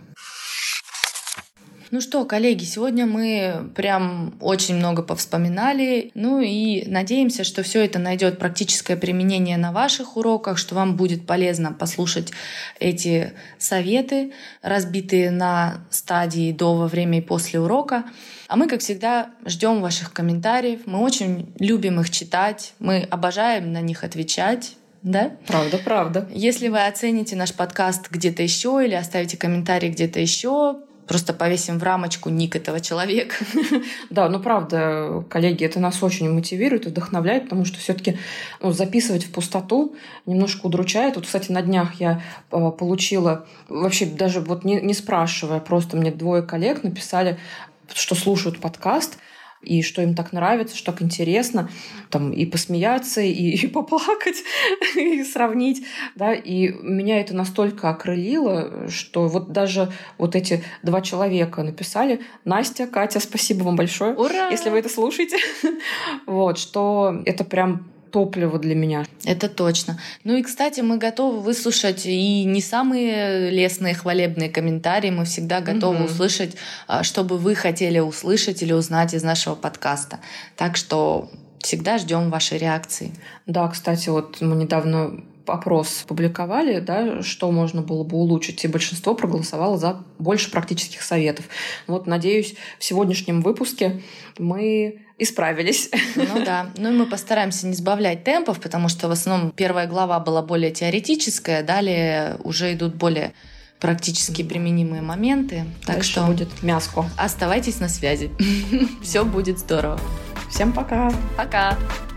Ну что, коллеги, сегодня мы прям очень много повспоминали. Ну и надеемся, что все это найдет практическое применение на ваших уроках, что вам будет полезно послушать эти советы, разбитые на стадии до, во время и после урока. А мы, как всегда, ждем ваших комментариев. Мы очень любим их читать, мы обожаем на них отвечать. Да? Правда. Если вы оцените наш подкаст где-то еще или оставите комментарий где-то еще, просто повесим в рамочку ник этого человека. Да, ну правда, коллеги, это нас очень мотивирует и вдохновляет, потому что все-таки записывать в пустоту немножко удручает. Вот, кстати, на днях я получила, вообще даже вот не спрашивая, просто мне 2 коллег написали, что слушают подкаст, и что им так нравится, что так интересно, там и посмеяться, и поплакать, и сравнить, да, и меня это настолько окрылило, что вот даже вот эти 2 человека написали: Настя, Катя, спасибо вам большое, Ура! Если вы это слушаете, вот, что это прям топливо для меня. Это точно. Ну и, кстати, мы готовы выслушать и не самые лестные хвалебные комментарии. Мы всегда готовы услышать, что бы вы хотели услышать или узнать из нашего подкаста. Так что всегда ждем вашей реакции. Да, кстати, вот мы недавно опрос публиковали, да, что можно было бы улучшить, и большинство проголосовало за больше практических советов. Вот, надеюсь, в сегодняшнем выпуске мы исправились. Ну да. Ну и мы постараемся не сбавлять темпов, потому что в основном первая глава была более теоретическая, далее уже идут более практически применимые моменты. Так дальше что будет мяско. Оставайтесь на связи. Все будет здорово. Всем пока. Пока.